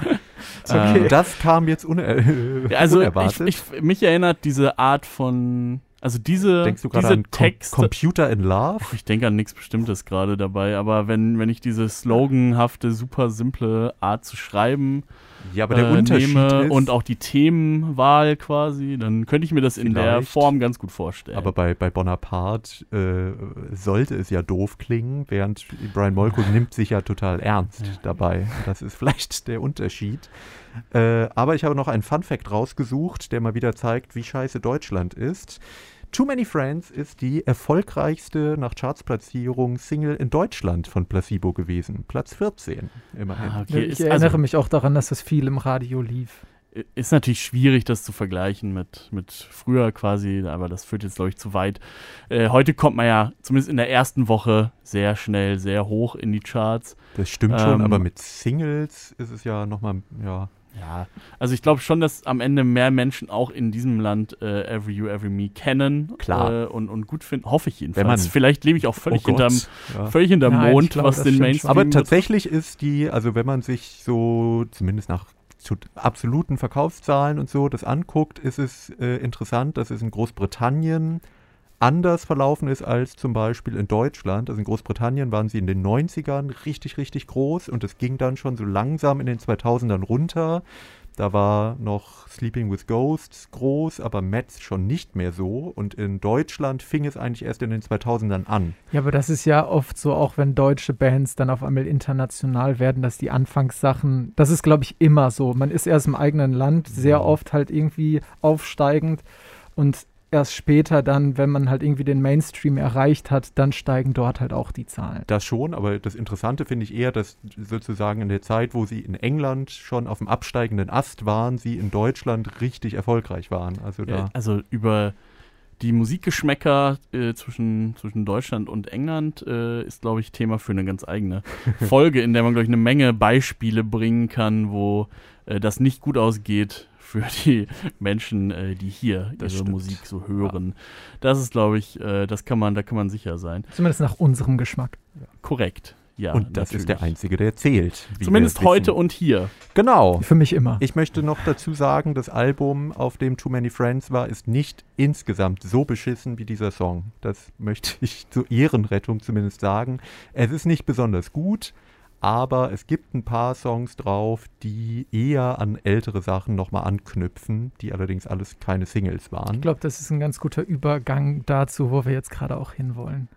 S3: Okay. Ähm, das kam jetzt uner
S2: also
S3: unerwartet.
S2: Ich, ich, mich erinnert diese Art von, also diese,
S3: Denkst du gerade
S2: diese
S3: an
S2: Texte.
S3: Com Computer in Love?
S2: Ich denke an nichts Bestimmtes gerade dabei, aber wenn, wenn ich diese sloganhafte, super simple Art zu schreiben
S3: ja, aber der
S2: äh,
S3: Unterschied
S2: nehme
S3: ist,
S2: und auch die Themenwahl quasi, dann könnte ich mir das in der Form ganz gut vorstellen.
S3: Aber bei, bei Bonaparte äh, sollte es ja doof klingen, während Brian Molko nimmt sich ja total ernst ja. dabei. Das ist vielleicht der Unterschied. Äh, aber ich habe noch einen Funfact rausgesucht, der mal wieder zeigt, wie scheiße Deutschland ist. Too Many Friends ist die erfolgreichste nach Chartsplatzierung Single in Deutschland von Placebo gewesen. Platz vierzehn, immerhin.
S2: Ah, okay.
S4: Ich
S2: ist,
S4: erinnere
S2: also,
S4: mich auch daran, dass das viel im Radio lief.
S2: Ist natürlich schwierig, das zu vergleichen mit, mit früher quasi, aber das führt jetzt, glaube ich, zu weit. Äh, heute kommt man ja zumindest in der ersten Woche sehr schnell, sehr hoch in die Charts.
S3: Das stimmt schon, ähm, aber mit Singles ist es ja nochmal, ja...
S2: Ja, also ich glaube schon, dass am Ende mehr Menschen auch in diesem Land äh, Every You, Every Me kennen.
S3: Klar.
S2: Äh, und, und gut finden, hoffe ich jedenfalls.
S3: Wenn man,
S2: Vielleicht lebe ich auch völlig
S3: oh
S2: hinterm,
S3: ja.
S2: völlig hinterm
S4: Nein,
S2: Mond,
S4: glaub,
S2: was den Mainstream
S3: Aber tatsächlich ist die, also wenn man sich so, zumindest nach zu absoluten Verkaufszahlen und so das anguckt, ist es äh, interessant, dass es in Großbritannien anders verlaufen ist als zum Beispiel in Deutschland. Also in Großbritannien waren sie in den neunzigern richtig, richtig groß und es ging dann schon so langsam in den zweitausendern runter. Da war noch Sleeping with Ghosts groß, aber Metz schon nicht mehr so. Und in Deutschland fing es eigentlich erst in den zweitausendern an.
S4: Ja, aber das ist ja oft so, auch wenn deutsche Bands dann auf einmal international werden, dass die Anfangssachen, das ist, glaube ich, immer so. Man ist erst im eigenen Land sehr oft halt irgendwie aufsteigend und erst später dann, wenn man halt irgendwie den Mainstream erreicht hat, dann steigen dort halt auch die Zahlen.
S3: Das schon, aber das Interessante finde ich eher, dass sozusagen in der Zeit, wo sie in England schon auf dem absteigenden Ast waren, sie in Deutschland richtig erfolgreich waren. Also, da
S2: ja, also über die Musikgeschmäcker äh, zwischen, zwischen Deutschland und England äh, ist, glaube ich, Thema für eine ganz eigene Folge, in der man, glaube ich, eine Menge Beispiele bringen kann, wo äh, das nicht gut ausgeht für die Menschen, äh, die hier
S3: das
S2: ihre
S3: stimmt.
S2: Musik so hören. Ja. Das ist, glaube ich, äh, das kann man, da kann man sicher sein.
S4: Zumindest nach unserem Geschmack.
S2: Ja. Korrekt. Ja,
S3: und das
S2: natürlich.
S3: ist der Einzige, der zählt.
S2: Zumindest heute und hier.
S3: Genau.
S4: Für mich immer.
S3: Ich möchte noch dazu sagen, das Album, auf dem Too Many Friends war, ist nicht insgesamt so beschissen wie dieser Song. Das möchte ich zur Ehrenrettung zumindest sagen. Es ist nicht besonders gut, aber es gibt ein paar Songs drauf, die eher an ältere Sachen nochmal anknüpfen, die allerdings alles keine Singles waren.
S4: Ich glaube, das ist ein ganz guter Übergang dazu, wo wir jetzt gerade auch hinwollen.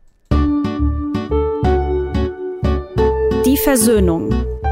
S1: Die Versöhnung.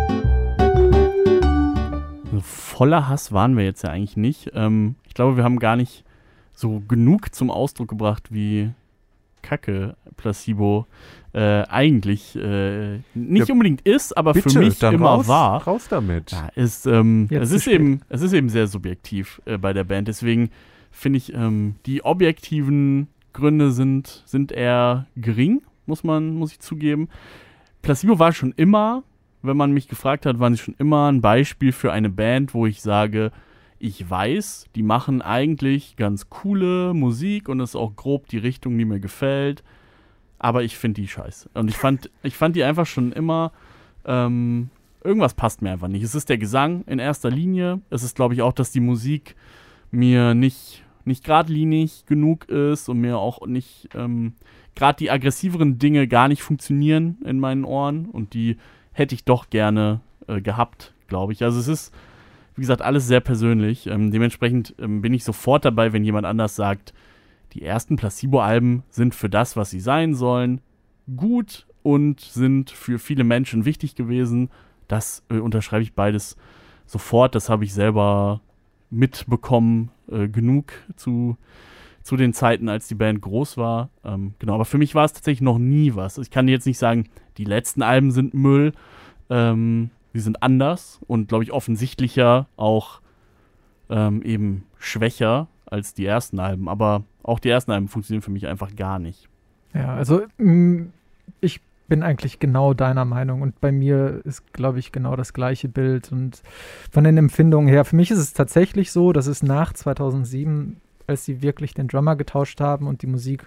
S2: Also voller Hass waren wir jetzt ja eigentlich nicht. Ähm, ich glaube, wir haben gar nicht so genug zum Ausdruck gebracht, wie Kacke Placebo äh, eigentlich äh, nicht ja, unbedingt ist, aber
S3: bitte,
S2: für mich
S3: dann
S2: immer
S3: raus,
S2: war.
S3: Raus damit.
S2: Ja, ist, ähm, es, ist
S4: spät.
S2: eben, es ist eben sehr subjektiv äh, bei der Band. Deswegen finde ich, ähm, die objektiven Gründe sind, sind eher gering, muss man, muss ich zugeben. Placebo war schon immer, wenn man mich gefragt hat, waren sie schon immer ein Beispiel für eine Band, wo ich sage, ich weiß, die machen eigentlich ganz coole Musik und es ist auch grob die Richtung, die mir gefällt, aber ich finde die scheiße. Und ich fand, ich fand die einfach schon immer, ähm, irgendwas passt mir einfach nicht. Es ist der Gesang in erster Linie. Es ist, glaube ich, auch, dass die Musik mir nicht, nicht geradlinig genug ist und mir auch nicht, ähm, gerade die aggressiveren Dinge gar nicht funktionieren in meinen Ohren und die hätte ich doch gerne äh, gehabt, glaube ich. Also es ist, wie gesagt, alles sehr persönlich. Ähm, dementsprechend ähm, bin ich sofort dabei, wenn jemand anders sagt, die ersten Placebo-Alben sind für das, was sie sein sollen, gut und sind für viele Menschen wichtig gewesen. Das äh, unterschreibe ich beides sofort. Das habe ich selber mitbekommen, äh, genug zu, zu den Zeiten, als die Band groß war. Ähm, genau, aber für mich war es tatsächlich noch nie was. Ich kann jetzt nicht sagen, die letzten Alben sind Müll. Ähm, sie sind anders und, glaube ich, offensichtlicher, auch ähm, eben schwächer als die ersten Alben. Aber auch die ersten Alben funktionieren für mich einfach gar nicht.
S4: Ja, also mh, ich bin eigentlich genau deiner Meinung und bei mir ist, glaube ich, genau das gleiche Bild und von den Empfindungen her, für mich ist es tatsächlich so, dass es nach zweitausendsieben, als sie wirklich den Drummer getauscht haben und die Musik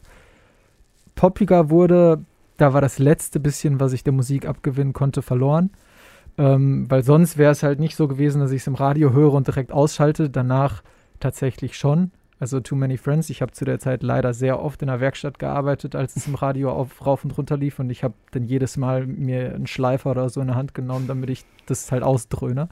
S4: poppiger wurde, da war das letzte bisschen, was ich der Musik abgewinnen konnte, verloren. Ähm, weil sonst wäre es halt nicht so gewesen, dass ich es im Radio höre und direkt ausschalte. Danach tatsächlich schon. Also Too Many Friends. Ich habe zu der Zeit leider sehr oft in der Werkstatt gearbeitet, als es im Radio auf, rauf und runter lief. Und ich habe dann jedes Mal mir einen Schleifer oder so in der Hand genommen, damit ich das halt ausdröhne.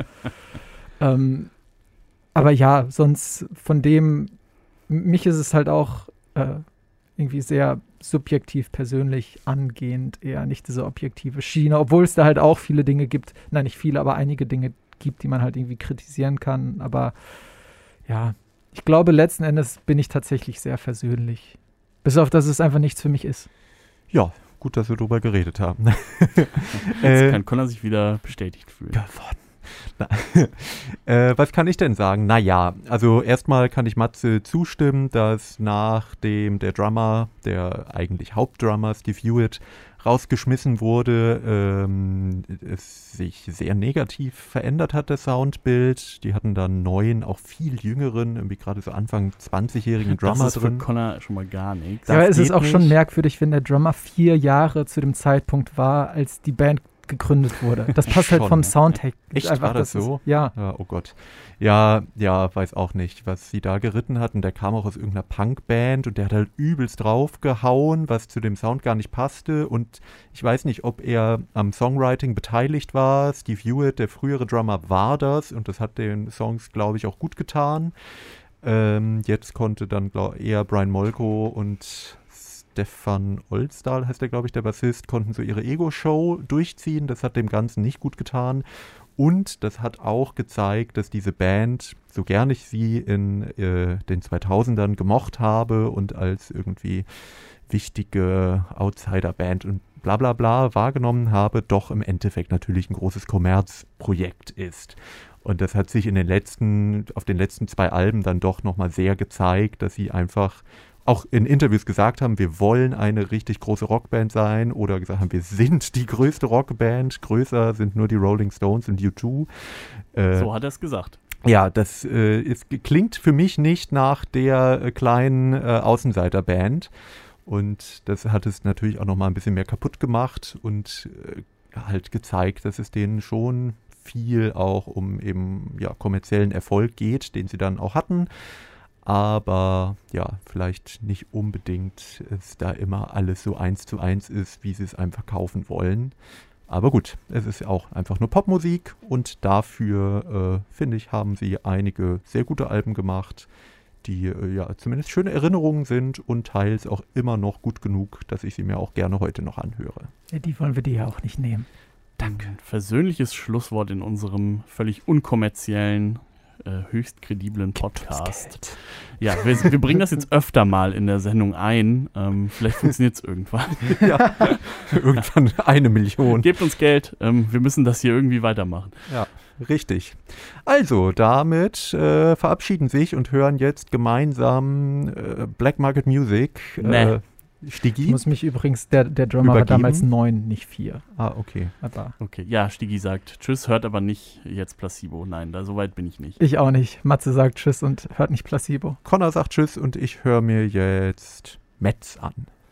S4: ähm, aber ja, sonst von dem, mich ist es halt auch äh, irgendwie sehr subjektiv, persönlich angehend, eher nicht diese objektive Schiene, obwohl es da halt auch viele Dinge gibt, nein, nicht viele, aber einige Dinge gibt, die man halt irgendwie kritisieren kann, aber ja, ich glaube, letzten Endes bin ich tatsächlich sehr versöhnlich. Bis auf, dass es einfach nichts für mich ist.
S3: Ja, gut, dass wir darüber geredet haben.
S2: Jetzt
S3: äh,
S2: kann Connor sich wieder bestätigt fühlen.
S3: Gewonnen. Na, äh, was kann ich denn sagen? Naja, also erstmal kann ich Matze zustimmen, dass nachdem der Drummer, der eigentlich Hauptdrummer Steve Hewitt, rausgeschmissen wurde, ähm, es sich sehr negativ verändert hat, das Soundbild. Die hatten dann neuen, auch viel jüngeren, irgendwie gerade so Anfang zwanzigjährigen Drummer
S2: das ist
S3: drin.
S2: für Connor schon mal gar nichts.
S4: Ja, aber es
S3: geht
S4: ist auch
S3: nicht.
S4: schon merkwürdig, wenn der Drummer vier Jahre zu dem Zeitpunkt war, als die Band gegründet wurde. Das passt halt
S3: Schon,
S4: vom
S3: ne?
S4: Sound her.
S3: Echt?
S4: Einfach,
S3: War das so?
S4: Ist, ja.
S3: Ja, oh Gott. Ja, ja, weiß auch nicht, was sie da geritten hatten. Der kam auch aus irgendeiner Punkband und der hat halt übelst draufgehauen, was zu dem Sound gar nicht passte. Und ich weiß nicht, ob er am Songwriting beteiligt war. Steve Hewitt, der frühere Drummer, war das und das hat den Songs, glaube ich, auch gut getan. Ähm, jetzt konnte dann glaub, eher Brian Molko und Stefan Olsdahl, heißt der, glaube ich, der Bassist, konnten so ihre Ego-Show durchziehen. Das hat dem Ganzen nicht gut getan. Und das hat auch gezeigt, dass diese Band, so gern ich sie in äh, den zweitausendern gemocht habe und als irgendwie wichtige Outsider-Band und bla bla bla wahrgenommen habe, doch im Endeffekt natürlich ein großes Kommerzprojekt ist. Und das hat sich in den letzten, auf den letzten zwei Alben dann doch nochmal sehr gezeigt, dass sie einfach auch in Interviews gesagt haben, wir wollen eine richtig große Rockband sein oder gesagt haben, wir sind die größte Rockband, größer sind nur die Rolling Stones und U zwei. Äh,
S2: so hat er es gesagt.
S3: Ja, das äh, ist, klingt für mich nicht nach der äh, kleinen äh, Außenseiterband und das hat es natürlich auch nochmal ein bisschen mehr kaputt gemacht und äh, halt gezeigt, dass es denen schon viel auch um eben ja, kommerziellen Erfolg geht, den sie dann auch hatten. Aber ja, vielleicht nicht unbedingt es da immer alles so eins zu eins ist, wie sie es einem verkaufen wollen. Aber gut, es ist auch einfach nur Popmusik und dafür, äh, finde ich, haben sie einige sehr gute Alben gemacht, die äh, ja zumindest schöne Erinnerungen sind und teils auch immer noch gut genug, dass ich sie mir auch gerne heute noch anhöre.
S4: Ja, die wollen wir dir ja auch nicht nehmen.
S2: Danke. Ein versöhnliches Schlusswort in unserem völlig unkommerziellen, äh, höchst krediblen Podcast. Ja, wir, wir bringen das jetzt öfter mal in der Sendung ein. Ähm, vielleicht funktioniert es irgendwann.
S3: Ja, irgendwann eine Million.
S2: Gebt uns Geld. Ähm, wir müssen das hier irgendwie weitermachen.
S3: Ja, richtig. Also, damit äh, verabschieden sich und hören jetzt gemeinsam äh, Black Market Music.
S2: Nee.
S3: Äh, Stigi?
S4: Ich muss mich übrigens, der, der Drummer
S3: Übergeben?
S4: war damals neun, nicht vier.
S3: Ah, okay.
S4: Aber
S2: Okay, ja, Stigi sagt Tschüss, hört aber nicht jetzt Placebo. Nein, da so weit bin ich nicht.
S4: ich auch nicht. Matze sagt Tschüss und hört nicht Placebo.
S3: Connor sagt Tschüss und ich höre mir jetzt Metz an.